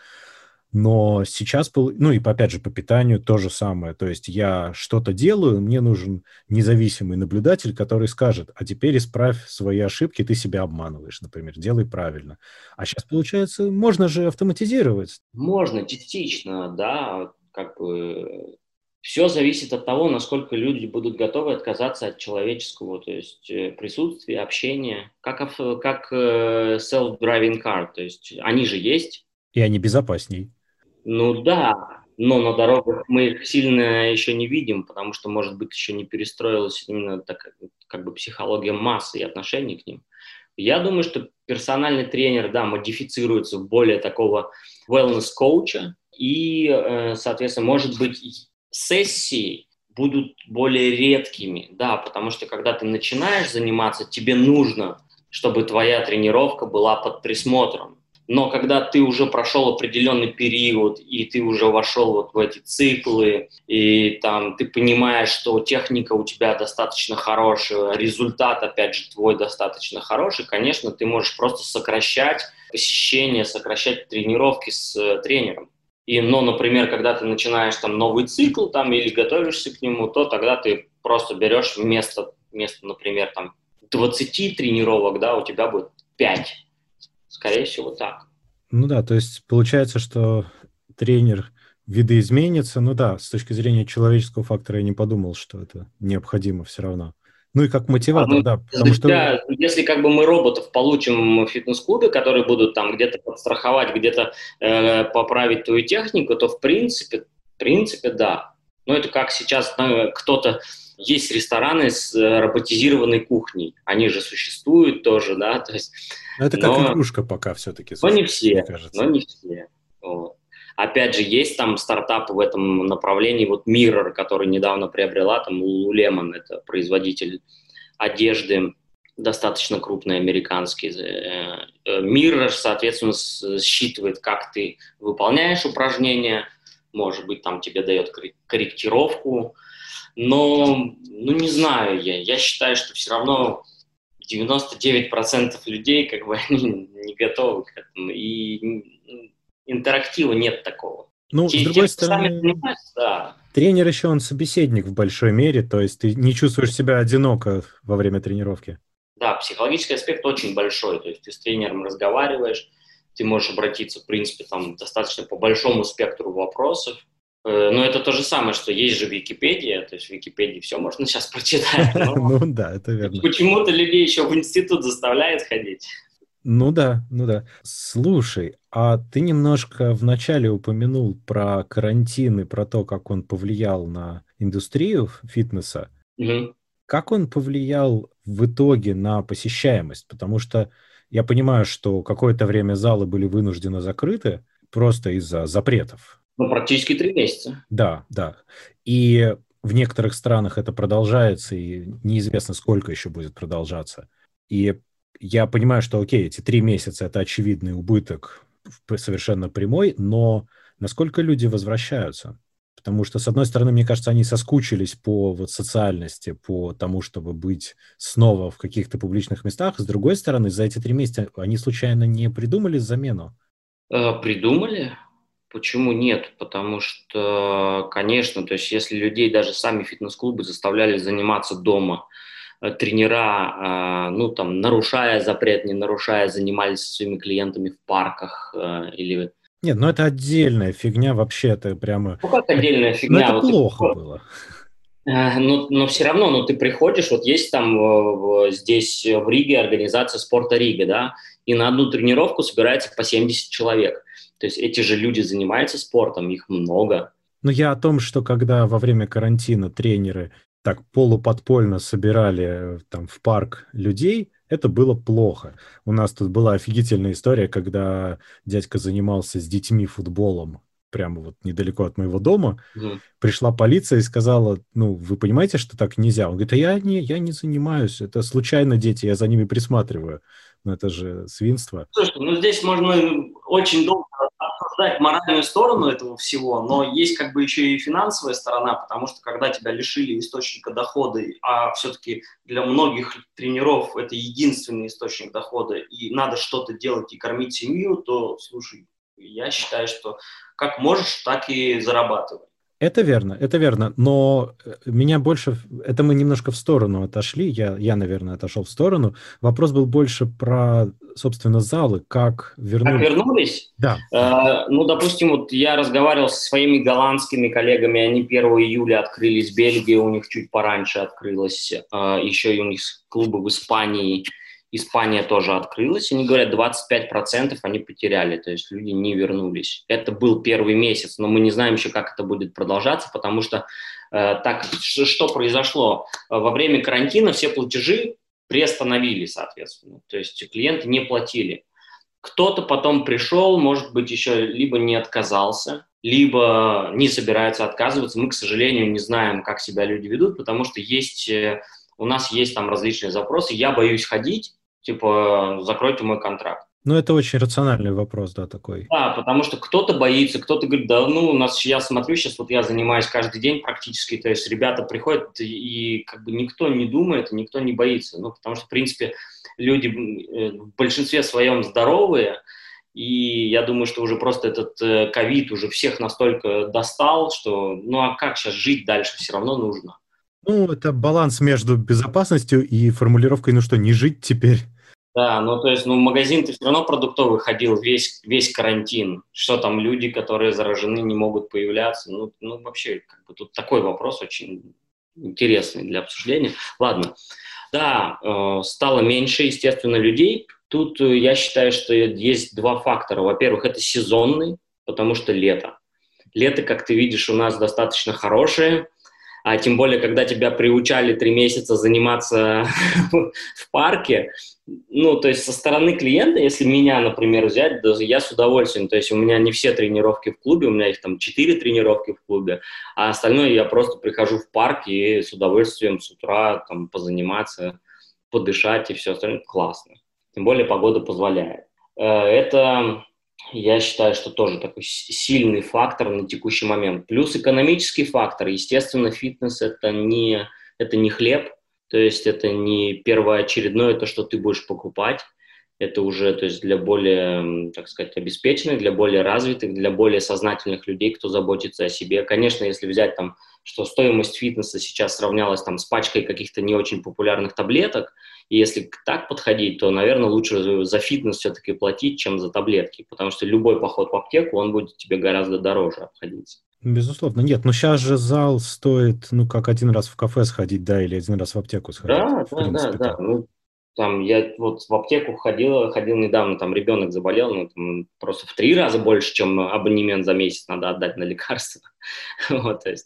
Но сейчас, пол- ну и опять же по питанию то же самое. То есть я что-то делаю, мне нужен независимый наблюдатель, который скажет, а теперь исправь свои ошибки, ты себя обманываешь, например, делай правильно. А сейчас, получается, можно же автоматизировать. Можно частично, да, как бы все зависит от того, насколько люди будут готовы отказаться от человеческого, то есть э, присутствия, общения, как, ав- как э, self-driving car, то есть они же есть, И они безопасней. ну да, но на дорогах мы их сильно еще не видим, потому что, может быть, еще не перестроилась именно так, как как бы психология массы и отношений к ним. Я думаю, что персональный тренер, да, модифицируется в более такого wellness-коуча, и, э, соответственно, может быть, сессии будут более редкими, да, потому что когда ты начинаешь заниматься, тебе нужно, чтобы твоя тренировка была под присмотром. Но когда ты уже прошел определенный период, и ты уже вошел вот в эти циклы, и там ты понимаешь, что техника у тебя достаточно хорошая, результат, опять же, твой достаточно хороший, конечно, ты можешь просто сокращать посещение, сокращать тренировки с э, тренером. И, ну, например, когда ты начинаешь там новый цикл там, или готовишься к нему, то тогда ты просто берешь вместо, вместо, например, там, двадцати тренировок, да, у тебя будет пять. Скорее всего, так. Ну да, то есть получается, что тренер видоизменится. Ну да, с точки зрения человеческого фактора я не подумал, что это необходимо все равно. Ну и как А мотиватор, мы, да, за потому что... тебя, если как бы мы роботов получим в фитнес-клубе, которые будут там где-то подстраховать, где-то э, поправить твою технику, то в принципе, в принципе, да. Но это как сейчас ну, кто-то... Есть рестораны с э, роботизированной кухней. Они же существуют тоже, да, то есть... Ну, это как Но, игрушка пока все-таки но не существует, мне все, но кажется. не все. Вот. Опять же, есть там стартапы в этом направлении. Вот Mirror, который недавно приобрела, там Lululemon, это производитель одежды, достаточно крупный американский. Mirror, соответственно, считывает, как ты выполняешь упражнения, может быть, там тебе дает корректировку, но, ну, не знаю я, я считаю, что все равно девяносто девять процентов людей, как бы, они не готовы к этому, и интерактива нет такого. Ну, с Те, те, другой кто сами стороны, занимаются, да. тренер еще он собеседник в большой мере, то есть ты не чувствуешь себя одиноко во время тренировки. Да, психологический аспект очень большой, то есть ты с тренером разговариваешь, ты можешь обратиться, в принципе, там достаточно по большому спектру вопросов. Э, Но это то же самое, что есть же Википедия, то есть в Википедии все можно сейчас прочитать, но Ну да, это верно. почему-то людей еще в институт заставляют ходить. Ну да, ну да. Слушай, а ты немножко вначале упомянул про карантин и про то, как он повлиял на индустрию фитнеса. Мгм. Как он повлиял в итоге на посещаемость? Потому что я понимаю, что какое-то время залы были вынуждены закрыты просто из-за запретов. Ну, практически три месяца. Да, да. И в некоторых странах это продолжается, и неизвестно, сколько еще будет продолжаться. И я понимаю, что, окей, эти три месяца – это очевидный убыток в- совершенно прямой, но насколько люди возвращаются? Потому что, с одной стороны, мне кажется, они соскучились по вот социальности, по тому, чтобы быть снова в каких-то публичных местах. С другой стороны, за эти три месяца они случайно не придумали замену? Э, Придумали? Почему нет? Потому что, конечно, то есть если людей даже сами фитнес-клубы заставляли заниматься дома, э, тренера, э, ну там, нарушая запрет, не нарушая, занимались со своими клиентами в парках э, или... Нет, ну это отдельная фигня вообще, это прямо... Ну, как отдельная Ну фигня, это вот ты плохо было. Э, Но, но все равно, ну, ты приходишь, вот есть там э, в- здесь э, в Риге организация спорта Рига, да, и на одну тренировку собирается по семьдесят человек. То есть эти же люди занимаются спортом, их много. Но я о том, что когда во время карантина тренеры так полуподпольно собирали э, там в парк людей, это было плохо. У нас тут была офигительная история, когда дядька занимался с детьми футболом прямо вот недалеко от моего дома. Мгм. Пришла полиция и сказала, ну, вы понимаете, что так нельзя? Он говорит, а я не, я не занимаюсь, это случайно дети, я за ними присматриваю. Ну, это же свинство. Слушай, ну здесь можно очень долго обсуждать моральную сторону этого всего, но есть как бы еще и финансовая сторона, потому что когда тебя лишили источника дохода, а все-таки для многих тренеров это единственный источник дохода, и надо что-то делать и кормить семью, то, слушай, я считаю, что как можешь, так и зарабатывай. Это верно, это верно, но э, меня больше... Это мы немножко в сторону отошли, я, я, наверное, отошел в сторону. Вопрос был больше про, собственно, залы, как Как вернулись. вернулись? Да, да. Э, ну, допустим, вот я разговаривал со своими голландскими коллегами, они первого июля открылись, Бельгия у них чуть пораньше открылась, э, еще и у них клубы в Испании, Испания тоже открылась, они говорят, двадцать пять процентов они потеряли, то есть люди не вернулись. Это был первый месяц, но мы не знаем еще, как это будет продолжаться, потому что э, так, ш- что произошло? Во время карантина все платежи приостановили, соответственно, то есть клиенты не платили. Кто-то потом пришел, может быть, еще либо не отказался, либо не собираются отказываться. Мы, к сожалению, не знаем, как себя люди ведут, потому что есть, э, у нас есть там различные запросы. Я боюсь ходить, типа, закройте мой контракт. Ну, это очень рациональный вопрос, да, такой. Да, потому что кто-то боится, кто-то говорит, да, ну, у нас, я смотрю, сейчас вот я занимаюсь каждый день практически, то есть ребята приходят, и, и как бы никто не думает, никто не боится, ну, потому что, в принципе, люди э, в большинстве своем здоровые, и я думаю, что уже просто этот ковид э, уже всех настолько достал, что, ну, а как сейчас жить дальше, все равно нужно. Ну, это баланс между безопасностью и формулировкой, ну что, не жить теперь. Да, ну то есть, ну в магазин ты все равно продуктовый ходил весь, весь карантин. Что там люди, которые заражены, не могут появляться? Ну, ну вообще, как бы тут такой вопрос очень интересный для обсуждения. Ладно. Да, э, стало меньше, естественно, людей. Тут э, я считаю, что есть два фактора. Во-первых, это сезонный, потому что лето. Лето, как ты видишь, у нас достаточно хорошее. А тем более, когда тебя приучали три месяца заниматься в парке, ну, то есть со стороны клиента, если меня, например, взять, даже я с удовольствием, то есть у меня не все тренировки в клубе, у меня их там четыре тренировки в клубе, а остальное я просто прихожу в парк и с удовольствием с утра там позаниматься, подышать и все остальное. Классно. Тем более погода позволяет. Э, Это я считаю, что тоже такой сильный фактор на текущий момент. Плюс экономический фактор. Естественно, фитнес это не, это не хлеб, то есть это не первоочередное то, что ты будешь покупать. Это уже, то есть для более, так сказать, обеспеченных, для более развитых, для более сознательных людей, кто заботится о себе. Конечно, если взять там, что стоимость фитнеса сейчас сравнялась там с пачкой каких-то не очень популярных таблеток, и если так подходить, то, наверное, лучше за фитнес все-таки платить, чем за таблетки, потому что любой поход в аптеку, он будет тебе гораздо дороже обходиться. Безусловно, нет. Но сейчас же зал стоит, ну, как один раз в кафе сходить, да, или один раз в аптеку сходить, Да, в да, да, да. принципе-то. Ну, там я вот в аптеку ходил, ходил недавно, там ребенок заболел, ну, там, просто в три раза больше, чем абонемент за месяц надо отдать на лекарства. Вот, то есть.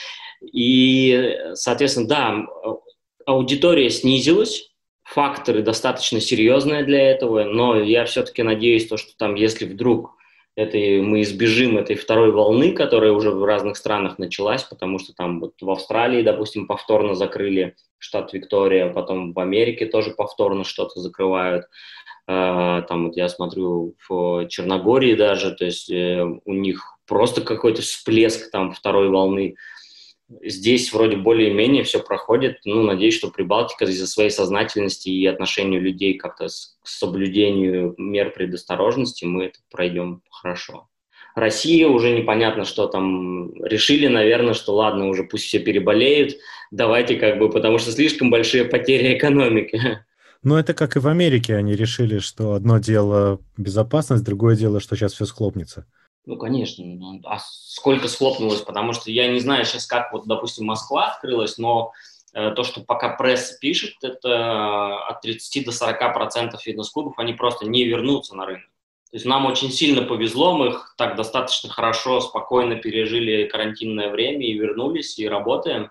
И, соответственно, да, аудитория снизилась, факторы достаточно серьезные для этого, но я все-таки надеюсь, то, что там, если вдруг это, мы избежим этой второй волны, которая уже в разных странах началась, потому что там вот в Австралии, допустим, повторно закрыли штат Виктория, потом в Америке тоже повторно что-то закрывают. Там вот я смотрю в Черногории даже, то есть у них просто какой-то всплеск там второй волны. Здесь вроде более-менее все проходит. Ну, надеюсь, что Прибалтика из-за своей сознательности и отношению людей как-то к соблюдению мер предосторожности мы это пройдем хорошо. Россия уже непонятно, что там решили, наверное, что ладно, уже пусть все переболеют, давайте как бы, потому что слишком большие потери экономики. Но это как и в Америке, они решили, что одно дело безопасность, другое дело, что сейчас все схлопнется. Ну, конечно. Ну, а сколько схлопнулось? Потому что я не знаю сейчас, как вот, допустим, Москва открылась, но э, то, что пока пресса пишет, это от тридцати до сорока процентов фитнес-клубов, они просто не вернутся на рынок. То есть нам очень сильно повезло, мы их так достаточно хорошо, спокойно пережили карантинное время и вернулись, и работаем,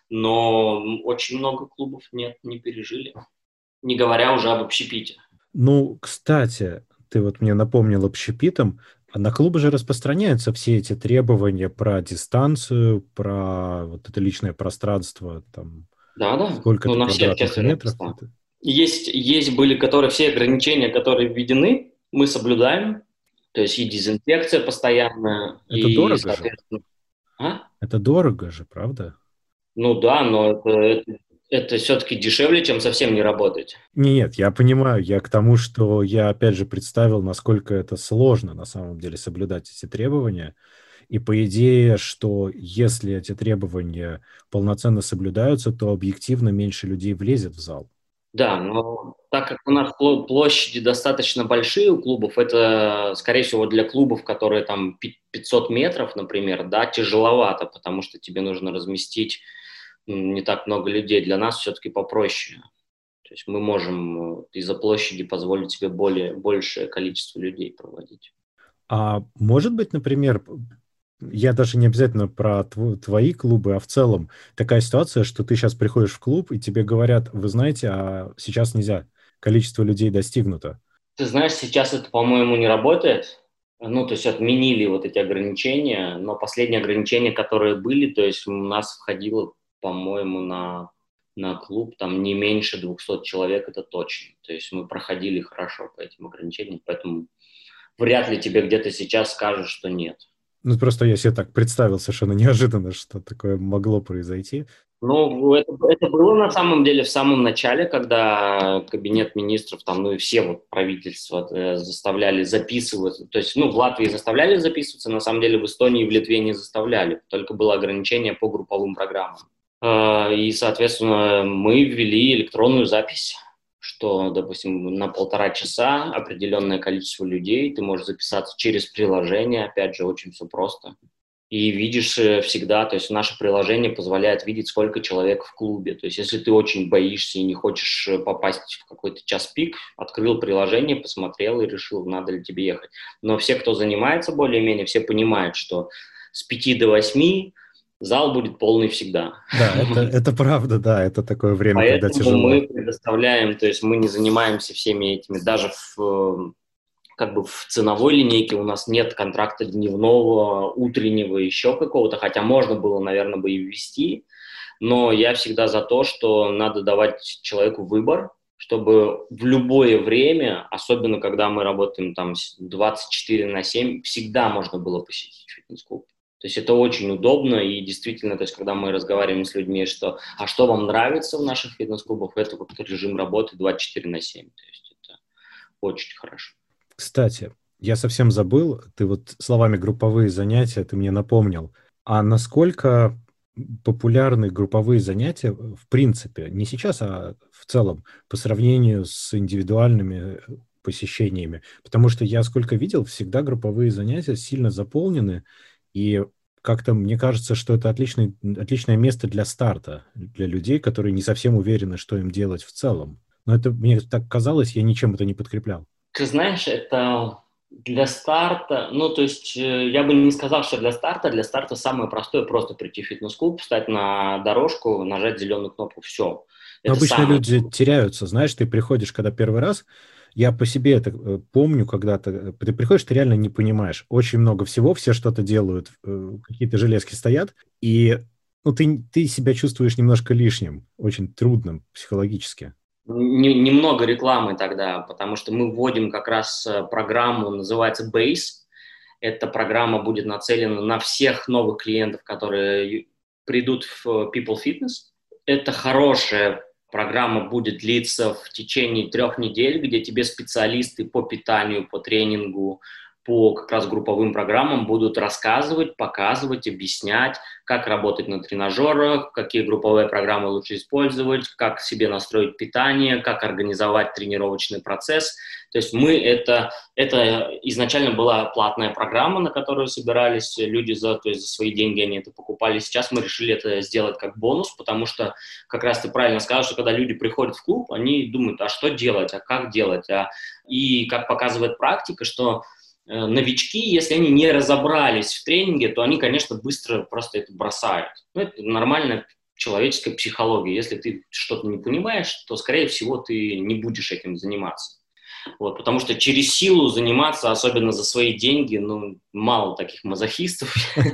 но очень много клубов нет, не пережили, не говоря уже об общепите. Ну, кстати, ты вот мне напомнил общепитом, а на клубы же распространяются все эти требования про дистанцию, про вот это личное пространство, там, Да-да, ну сколько-то на все квадратных общественные метров. места. Это... Есть, есть были, которые все ограничения, которые введены, мы соблюдаем. То есть и дезинфекция постоянная, это и, дорого же. соответственно... А? Это дорого же, правда? Ну да, но это, это, это все-таки дешевле, чем совсем не работать. Нет, я понимаю, я к тому, что я опять же представил, насколько это сложно на самом деле соблюдать эти требования. И по идее, что если эти требования полноценно соблюдаются, то объективно меньше людей влезет в зал. Да, но так как у нас площади достаточно большие у клубов, это, скорее всего, для клубов, которые там пятьсот метров, например, да, тяжеловато, потому что тебе нужно разместить не так много людей. Для нас все-таки попроще. То есть мы можем из-за площади позволить себе более, большее количество людей проводить. А может быть, например, я даже не обязательно про тв- твои клубы, а в целом такая ситуация, что ты сейчас приходишь в клуб, и тебе говорят, вы знаете, а сейчас нельзя, количество людей достигнуто. Ты знаешь, сейчас это, по-моему, не работает. Ну, то есть отменили вот эти ограничения, но последние ограничения, которые были, то есть у нас входило, по-моему, на, на клуб там не меньше двухсот человек, это точно. То есть мы проходили хорошо по этим ограничениям, поэтому вряд ли тебе где-то сейчас скажут, что нет. Ну, просто я себе так представил совершенно неожиданно, что такое могло произойти. Ну, это, это было на самом деле в самом начале, когда кабинет министров, там, ну и все вот правительства э, заставляли записываться. То есть, ну, в Латвии заставляли записываться, на самом деле в Эстонии и в Литве не заставляли. Только было ограничение по групповым программам. Э, и, соответственно, мы ввели электронную запись, что, допустим, на полтора часа определенное количество людей, ты можешь записаться через приложение, опять же, очень все просто. И видишь э, всегда, то есть наше приложение позволяет видеть, сколько человек в клубе. То есть если ты очень боишься и не хочешь э, попасть в какой-то час пик, открыл приложение, посмотрел и решил, надо ли тебе ехать. Но все, кто занимается более-менее, все понимают, что с пяти до восьми зал будет полный всегда. Да, это, это правда, да, это такое время, когда Поэтому тяжело. мы предоставляем, то есть мы не занимаемся всеми этими, даже в как бы в ценовой линейке у нас нет контракта дневного, утреннего, еще какого-то, хотя можно было, наверное, бы и ввести, но я всегда за то, что надо давать человеку выбор, чтобы в любое время, особенно когда мы работаем там двадцать четыре на семь, всегда можно было посетить фитнес-клуб. То есть это очень удобно, и действительно, то есть когда мы разговариваем с людьми, что «а что вам нравится в наших фитнес-клубах?» Это вот режим работы двадцать четыре на семь, то есть это очень хорошо. Кстати, я совсем забыл, ты вот словами групповые занятия, ты мне напомнил. А насколько популярны групповые занятия в принципе, не сейчас, а в целом, по сравнению с индивидуальными посещениями? Потому что я сколько видел, всегда групповые занятия сильно заполнены, и как-то мне кажется, что это отличный, отличное место для старта, для людей, которые не совсем уверены, что им делать в целом. Но это мне так казалось, я ничем это не подкреплял. Ты знаешь, это для старта, ну, то есть э, я бы не сказал, что для старта, для старта самое простое просто прийти в фитнес-клуб, встать на дорожку, нажать зеленую кнопку, все. Но Это обычно самое. люди теряются, знаешь, ты приходишь, когда первый раз, я по себе это э, помню, когда-то, э, ты приходишь, ты реально не понимаешь. Очень много всего, все что-то делают, э, какие-то железки стоят, и ну, ты, ты себя чувствуешь немножко лишним, очень трудным психологически. Не- Немного рекламы тогда, потому что мы вводим как раз э, программу, называется Base. Эта программа будет нацелена на всех новых клиентов, которые придут в People Fitness. Это хорошая программа будет длиться в течение трех недель, где тебе специалисты по питанию, по тренингу, по как раз групповым программам будут рассказывать, показывать, объяснять, как работать на тренажерах, какие групповые программы лучше использовать, как себе настроить питание, как организовать тренировочный процесс. То есть мы это, это изначально была платная программа, на которую собирались люди за, то есть за свои деньги, они это покупали. Сейчас мы решили это сделать как бонус, потому что, как раз ты правильно сказал, что когда люди приходят в клуб, они думают, а что делать, а как делать. А... И как показывает практика, что новички, если они не разобрались в тренинге, то они, конечно, быстро просто это бросают. Ну, это нормальная человеческая психология. Если ты что-то не понимаешь, то, скорее всего, ты не будешь этим заниматься. Вот, потому что через силу заниматься, особенно за свои деньги, ну, мало таких мазохистов.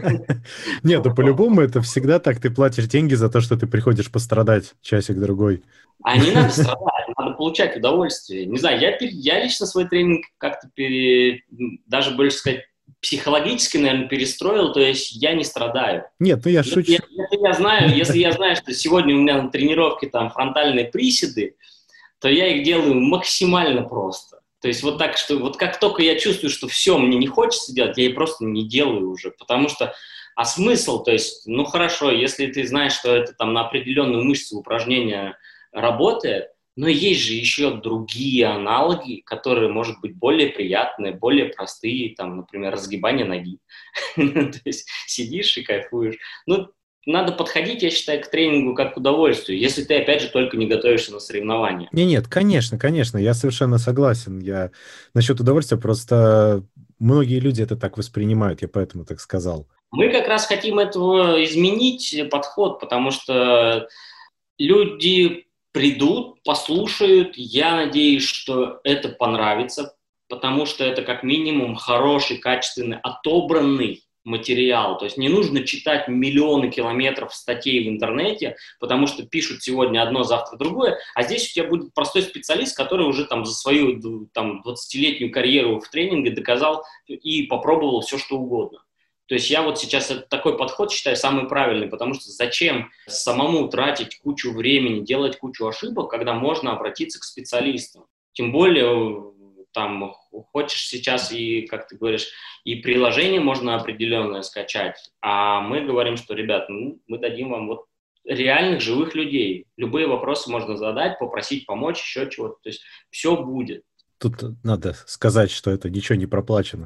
Нет, ну по-любому это всегда так, ты платишь деньги за то, что ты приходишь пострадать часик-другой. А не надо страдать, надо получать удовольствие. Не знаю, я, я лично свой тренинг как-то пере, даже больше сказать, психологически, наверное, перестроил, то есть я не страдаю. Нет, ну я Если я, шучу. если я знаю, если я знаю, что сегодня у меня на тренировке там фронтальные приседы, то я их делаю максимально просто. То есть вот так, что вот как только я чувствую, что все, мне не хочется делать, я их просто не делаю уже, потому что а смысл, то есть, ну хорошо, если ты знаешь, что это там на определенную мышцу упражнения работает, но есть же еще другие аналоги, которые, может быть, более приятные, более простые, там, например, разгибание ноги. То есть сидишь и кайфуешь. Ну, надо подходить, я считаю, к тренингу как к удовольствию, если ты, опять же, только не готовишься на соревнования. Не, нет, конечно, конечно, я совершенно согласен. Я насчет удовольствия просто многие люди это так воспринимают, я поэтому так сказал. Мы как раз хотим этого изменить подход, потому что люди придут, послушают, я надеюсь, что это понравится, потому что это как минимум хороший, качественный, отобранный материал. То есть не нужно читать миллионы километров статей в интернете, потому что пишут сегодня одно, завтра другое, а здесь у тебя будет простой специалист, который уже там за свою там, двадцатилетнюю карьеру в тренинге доказал и попробовал все, что угодно. То есть я вот сейчас этот такой подход считаю самый правильный, потому что зачем самому тратить кучу времени, делать кучу ошибок, когда можно обратиться к специалистам. Тем более, там, хочешь сейчас и, как ты говоришь, и приложение можно определенное скачать, а мы говорим, что, ребят, ну, мы дадим вам вот реальных живых людей. Любые вопросы можно задать, попросить помочь, еще чего-то. То есть все будет. Тут надо сказать, что это ничего не проплачено.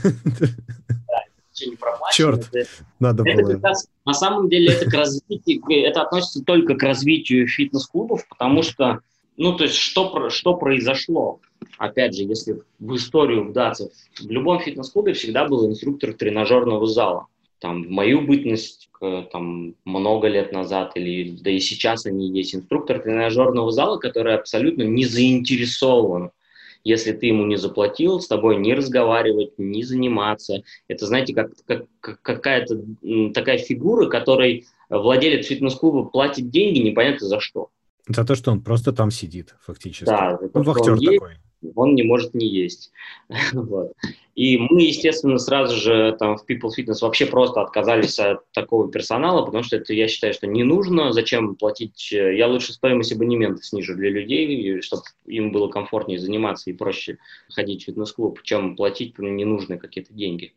Не проплачено. Черт, это, надо это было. Как раз, на самом деле это к развитию, это относится только к развитию фитнес-клубов, потому что, ну, то есть, что, что произошло? Опять же, если в историю вдаться, в любом фитнес-клубе всегда был инструктор тренажерного зала. Там, в мою бытность, там, много лет назад, или да и сейчас они есть, инструктор тренажерного зала, который абсолютно не заинтересован. Если ты ему не заплатил, с тобой не разговаривать, не заниматься. Это, знаете, как, как какая-то такая фигура, которой владелец фитнес-клуба платит деньги, непонятно за что. За то, что он просто там сидит, фактически. Да, за то, ну, что вахтер он есть, такой. Он не может не есть. Вот. И мы, естественно, сразу же там в People Fitness вообще просто отказались от такого персонала, потому что это, я считаю, что не нужно. Зачем платить? Я лучше стоимость абонемента снижу для людей, чтобы им было комфортнее заниматься и проще ходить в фитнес-клуб, чем платить ненужные какие-то деньги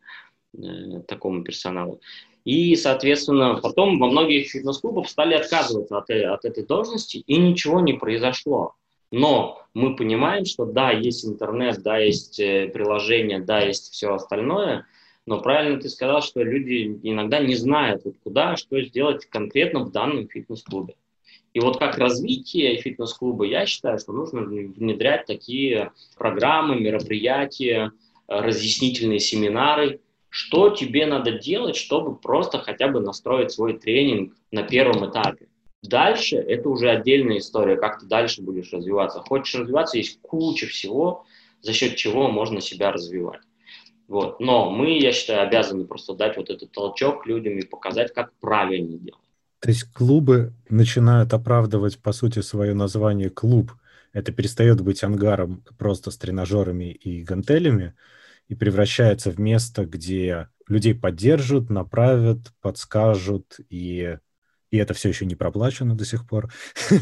э, такому персоналу. И, соответственно, потом во многих фитнес-клубах стали отказываться от, от этой должности, и ничего не произошло. Но мы понимаем, что да, есть интернет, да, есть приложение, да, есть все остальное, но правильно ты сказал, что люди иногда не знают, вот куда, что сделать конкретно в данном фитнес-клубе. И вот как развитие фитнес-клуба, я считаю, что нужно внедрять такие программы, мероприятия, разъяснительные семинары, что тебе надо делать, чтобы просто хотя бы настроить свой тренинг на первом этапе. Дальше это уже отдельная история, как ты дальше будешь развиваться. Хочешь развиваться, есть куча всего, за счет чего можно себя развивать. Вот. Но мы, я считаю, обязаны просто дать вот этот толчок людям и показать, как правильно делать. То есть клубы начинают оправдывать, по сути, свое название клуб. Это перестает быть ангаром просто с тренажерами и гантелями и превращается в место, где людей поддержат, направят, подскажут, и, и это все еще не проплачено до сих пор.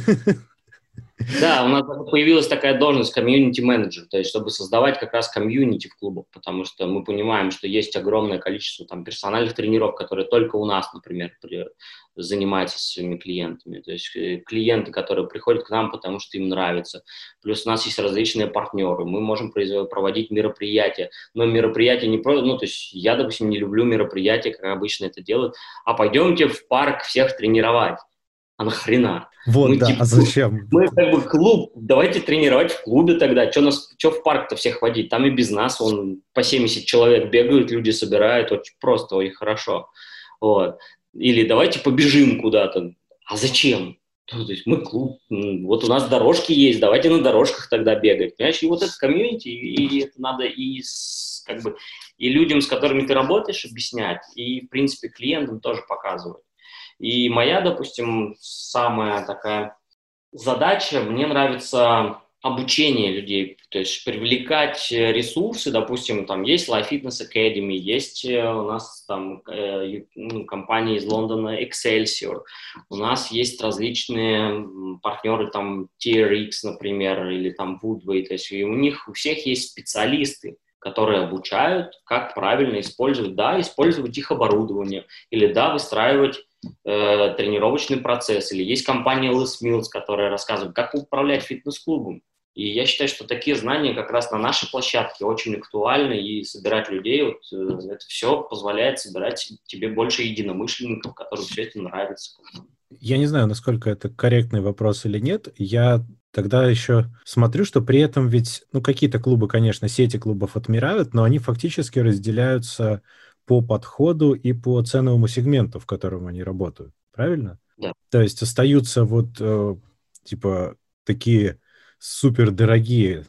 Да, у нас появилась такая должность комьюнити-менеджер, то есть чтобы создавать как раз комьюнити в клубах, потому что мы понимаем, что есть огромное количество там персональных тренеров, которые только у нас, например, при, занимаются со своими клиентами, то есть клиенты, которые приходят к нам, потому что им нравится. Плюс у нас есть различные партнеры, мы можем проводить мероприятия, но мероприятия не просто, ну, то есть я, допустим, не люблю мероприятия, как обычно это делают, а пойдемте в парк всех тренировать. А нахрена? Вот, мы, да, типа, а зачем? Мы как бы клуб, давайте тренировать в клубе тогда. Что нас, что в парк-то всех водить? Там и без нас он по семьдесят человек бегают, люди собирают, очень просто, очень хорошо. Вот. Или давайте побежим куда-то. А зачем? Ну, то есть мы клуб, вот у нас дорожки есть, давайте на дорожках тогда бегать. Понимаешь, и вот это комьюнити, и это надо и, как бы, и людям, с которыми ты работаешь, объяснять, и, в принципе, клиентам тоже показывать. И моя, допустим, самая такая задача, мне нравится обучение людей, то есть привлекать ресурсы, допустим, там есть Life Fitness Academy, есть у нас там э, ну, компания из Лондона Excelsior, у нас есть различные партнеры, там ти ар икс, например, или там Woodway, то есть и у них у всех есть специалисты, которые обучают, как правильно использовать, да, использовать их оборудование, или, да, выстраивать э, тренировочный процесс, или есть компания Les Mills, которая рассказывает, как управлять фитнес-клубом. И я считаю, что такие знания как раз на нашей площадке очень актуальны, и собирать людей, вот, э, это все позволяет собирать тебе больше единомышленников, которым все это нравится. Я не знаю, насколько это корректный вопрос или нет. Я тогда еще смотрю, что при этом ведь, ну, какие-то клубы, конечно, сети клубов отмирают, но они фактически разделяются по подходу и по ценовому сегменту, в котором они работают. Правильно? Да. То есть остаются вот, э, типа, такие супердорогие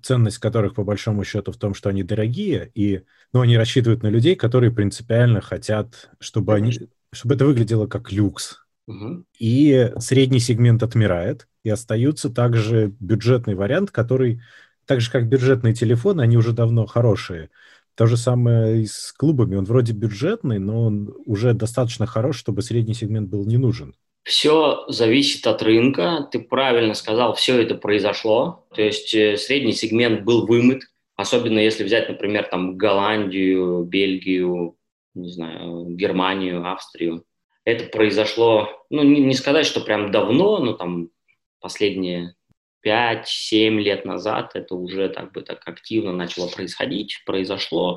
ценность которых, по большому счету, в том, что они дорогие, и ну, они рассчитывают на людей, которые принципиально хотят, чтобы, они, чтобы это выглядело как люкс. Угу. И средний сегмент отмирает, и остается также бюджетный вариант, который, так же как бюджетные телефоны, они уже давно хорошие. То же самое и с клубами. Он вроде бюджетный, но он уже достаточно хорош, чтобы средний сегмент был не нужен. Все зависит от рынка. Ты правильно сказал, все это произошло. То есть э, средний сегмент был вымыт, особенно если взять, например, там Голландию, Бельгию, не знаю, Германию, Австрию. Это произошло, ну, не, не сказать, что прям давно, но там последние пять-семь лет назад это уже так бы так активно начало происходить, произошло.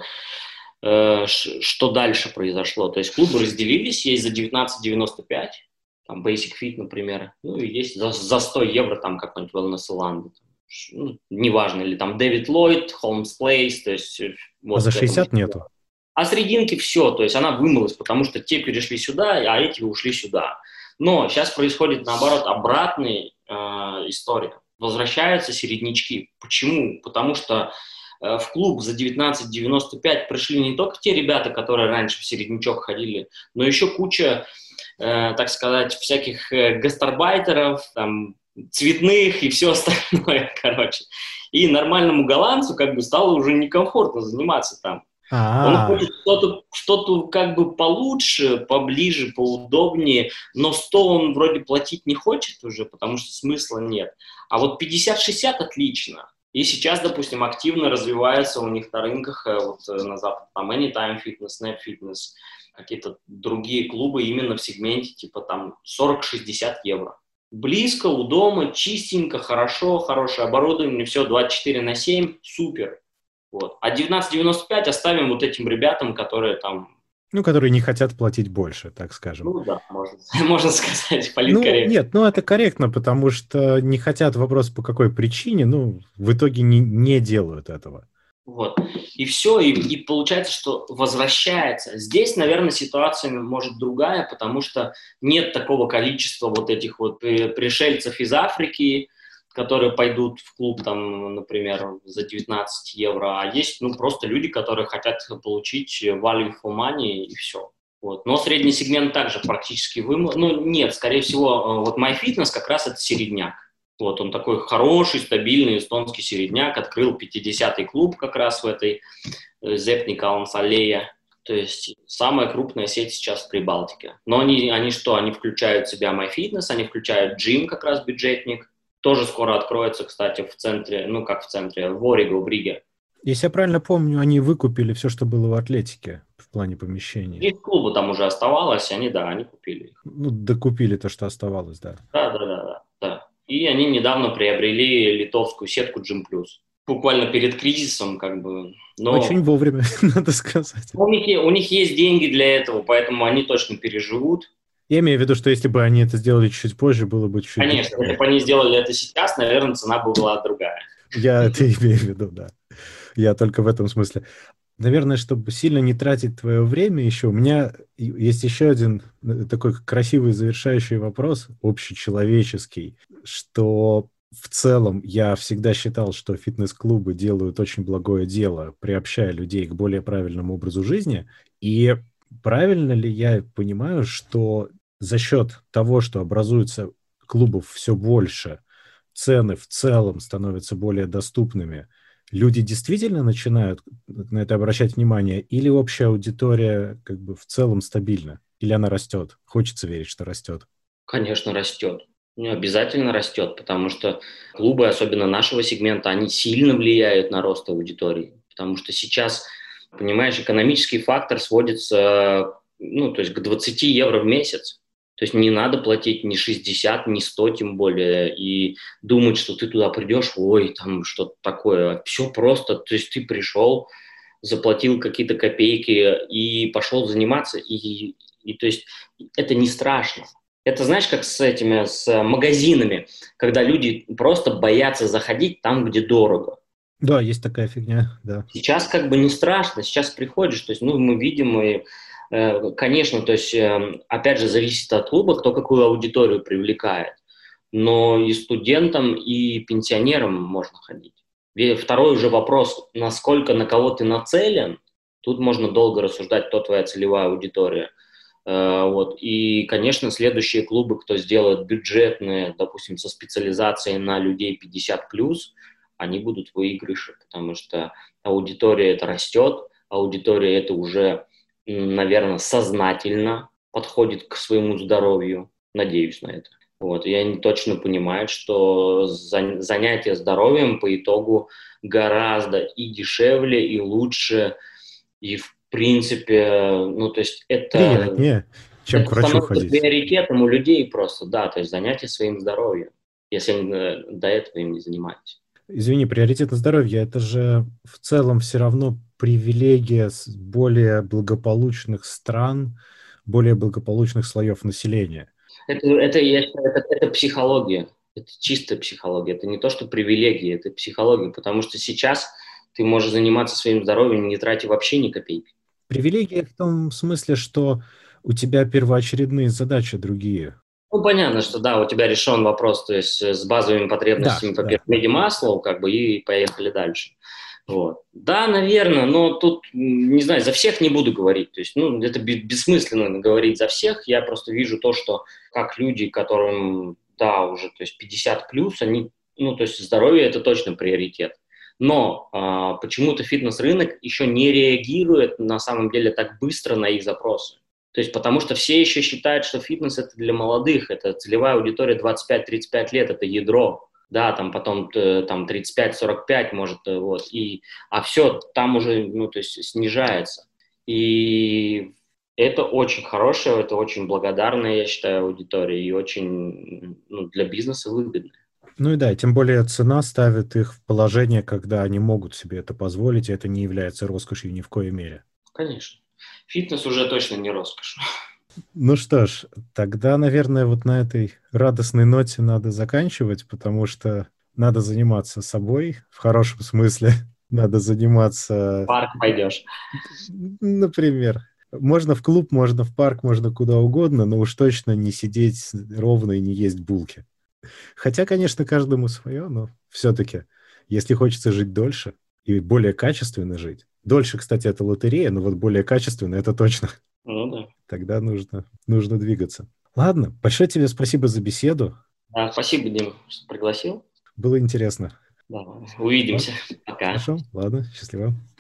Э, ш, что дальше произошло? То есть клубы разделились, есть за девятнадцать девяносто пять, там Basic Fit, например, ну и есть за, за сто евро там какой-нибудь Wellness Land, ну, неважно, или там Дэвид Ллойд, Holmes Place, то есть вот А за к этому. шестьдесят нету? А срединки все, то есть она вымылась, потому что те перешли сюда, а эти ушли сюда. Но сейчас происходит, наоборот, обратная э, история. Возвращаются середнячки. Почему? Потому что э, в клуб за девятнадцать девяносто пять пришли не только те ребята, которые раньше в середнячок ходили, но еще куча, э, так сказать, всяких э, гастарбайтеров, там, цветных и все остальное, короче. И нормальному голландцу как бы стало уже некомфортно заниматься там. Он А-а-а. хочет что-то, что-то как бы получше, поближе, поудобнее, но сто он вроде платить не хочет уже, потому что смысла нет. А вот пятьдесят шестьдесят отлично. И сейчас, допустим, активно развивается у них на рынках, вот на Запад, там Anytime Fitness, Snap Fitness, какие-то другие клубы именно в сегменте типа там сорок-шестьдесят евро. Близко, у дома, чистенько, хорошо, хорошее оборудование, все двадцать четыре на семь, супер. Вот. А девятнадцать девяносто пять оставим вот этим ребятам, которые там... Ну, которые не хотят платить больше, так скажем. Ну да, можно, можно сказать, Ну, политкорректно. нет, ну это корректно, потому что не хотят, вопрос по какой причине, ну, в итоге не, не делают этого. Вот. И все, и, и получается, что возвращается. Здесь, наверное, ситуация может другая, потому что нет такого количества вот этих вот пришельцев из Африки, которые пойдут в клуб, там, например, за девятнадцать евро, а есть, ну, просто люди, которые хотят получить value for money, и все. Вот. Но средний сегмент также практически вымыл. Ну, нет, скорее всего, вот MyFitness как раз это середняк. Вот, он такой хороший, стабильный эстонский середняк, открыл пятидесятый клуб как раз в этой Зепникалнс-аллее. То есть самая крупная сеть сейчас в Прибалтике. Но они, они что? Они включают в себя MyFitness, они включают Gym, как раз бюджетник. Тоже скоро откроется, кстати, в центре, ну как в центре, в Ориго, в Риге. Если я правильно помню, они выкупили все, что было в Атлетике в плане помещений. И клубу там уже оставалось, они, да, они купили их. Ну, докупили то, что оставалось, да. Да, да, да, да, да. И они недавно приобрели литовскую сетку Gym Plus. Буквально перед кризисом, как бы. Но очень вовремя, надо сказать. У них, у них есть деньги для этого, поэтому они точно переживут. Я имею в виду, что если бы они это сделали чуть позже, было бы чуть... Конечно, дешевле. Если бы они сделали это сейчас, наверное, цена бы была другая. Я это имею в виду, да. Я только в этом смысле. Наверное, чтобы сильно не тратить твое время еще, у меня есть еще один такой красивый завершающий вопрос, общечеловеческий, что в целом я всегда считал, что фитнес-клубы делают очень благое дело, приобщая людей к более правильному образу жизни. И правильно ли я понимаю, что за счет того, что образуется клубов все больше, цены в целом становятся более доступными, люди действительно начинают на это обращать внимание, или общая аудитория как бы в целом стабильна, или она растет? Хочется верить, что растет. Конечно, растет. Ну, обязательно растет, потому что клубы, особенно нашего сегмента, они сильно влияют на рост аудитории. Потому что сейчас, понимаешь, экономический фактор сводится, ну, то есть к двадцати евро в месяц. То есть не надо платить ни шестьдесят, ни сто тем более, и думать, что ты туда придешь, ой, там что-то такое. Все просто, то есть ты пришел, заплатил какие-то копейки и пошел заниматься, и, и то есть это не страшно. Это знаешь, как с этими, с магазинами, когда люди просто боятся заходить там, где дорого. Да, есть такая фигня, да. Сейчас как бы не страшно, сейчас приходишь, то есть, ну, мы видим, и, э, конечно, то есть, э, опять же, зависит от клуба, кто какую аудиторию привлекает, но и студентам, и пенсионерам можно ходить. Второй уже вопрос, насколько на кого ты нацелен. Тут можно долго рассуждать, кто твоя целевая аудитория. Вот. И, конечно, следующие клубы, кто сделает бюджетные, допустим, со специализацией на людей пятьдесят плюс, они будут в выигрыше, потому что аудитория это растет, аудитория это уже, наверное, сознательно подходит к своему здоровью. Надеюсь на это. Вот. И они точно понимают, что занятие здоровьем по итогу гораздо и дешевле, и лучше, и в В принципе, ну, то есть это... Приятнее, чем это к врачу становится ходить. приоритетом у людей просто, да, то есть занятие своим здоровьем, если они до этого им не занимались. Извини, приоритет на здоровье – это же в целом все равно привилегия более благополучных стран, более благополучных слоев населения. Это, это, это, это психология, это чистая психология, это не то, что привилегия, это психология, потому что сейчас ты можешь заниматься своим здоровьем, не тратя вообще ни копейки. Привилегия в том смысле, что у тебя первоочередные задачи другие. Ну, понятно, что да, у тебя решен вопрос, то есть с базовыми потребностями да, по да. пирамиде Маслоу, как бы, и поехали дальше. Вот. Да, наверное, но тут, не знаю, за всех не буду говорить, то есть, ну, это бессмысленно говорить за всех, я просто вижу то, что как люди, которым, да, уже, то есть пятьдесят плюс, они, ну, то есть здоровье это точно приоритет. Но а, почему-то фитнес-рынок еще не реагирует на самом деле так быстро на их запросы. То есть потому что все еще считают, что фитнес это для молодых, это целевая аудитория двадцать пять тридцать пять лет, это ядро. Да, там потом там тридцать пять сорок пять может, вот, и, а все там уже, ну, то есть снижается. И это очень хорошая, это очень благодарная, я считаю, аудитория и очень, ну, для бизнеса выгодная. Ну и да, тем более цена ставит их в положение, когда они могут себе это позволить, и это не является роскошью ни в коей мере. Конечно. Фитнес уже точно не роскошь. Ну что ж, тогда, наверное, вот на этой радостной ноте надо заканчивать, потому что надо заниматься собой, в хорошем смысле. Надо заниматься... В парк пойдешь. Например. Можно в клуб, можно в парк, можно куда угодно, но уж точно не сидеть ровно и не есть булки. Хотя, конечно, каждому свое, но все-таки, если хочется жить дольше и более качественно жить. Дольше, кстати, это лотерея, но вот более качественно это точно. Ну да. Тогда нужно, нужно двигаться. Ладно, большое тебе спасибо за беседу. Да, спасибо, Дим, что пригласил. Было интересно. Да, увидимся. Ладно. Пока. Хорошо, ладно, счастливо.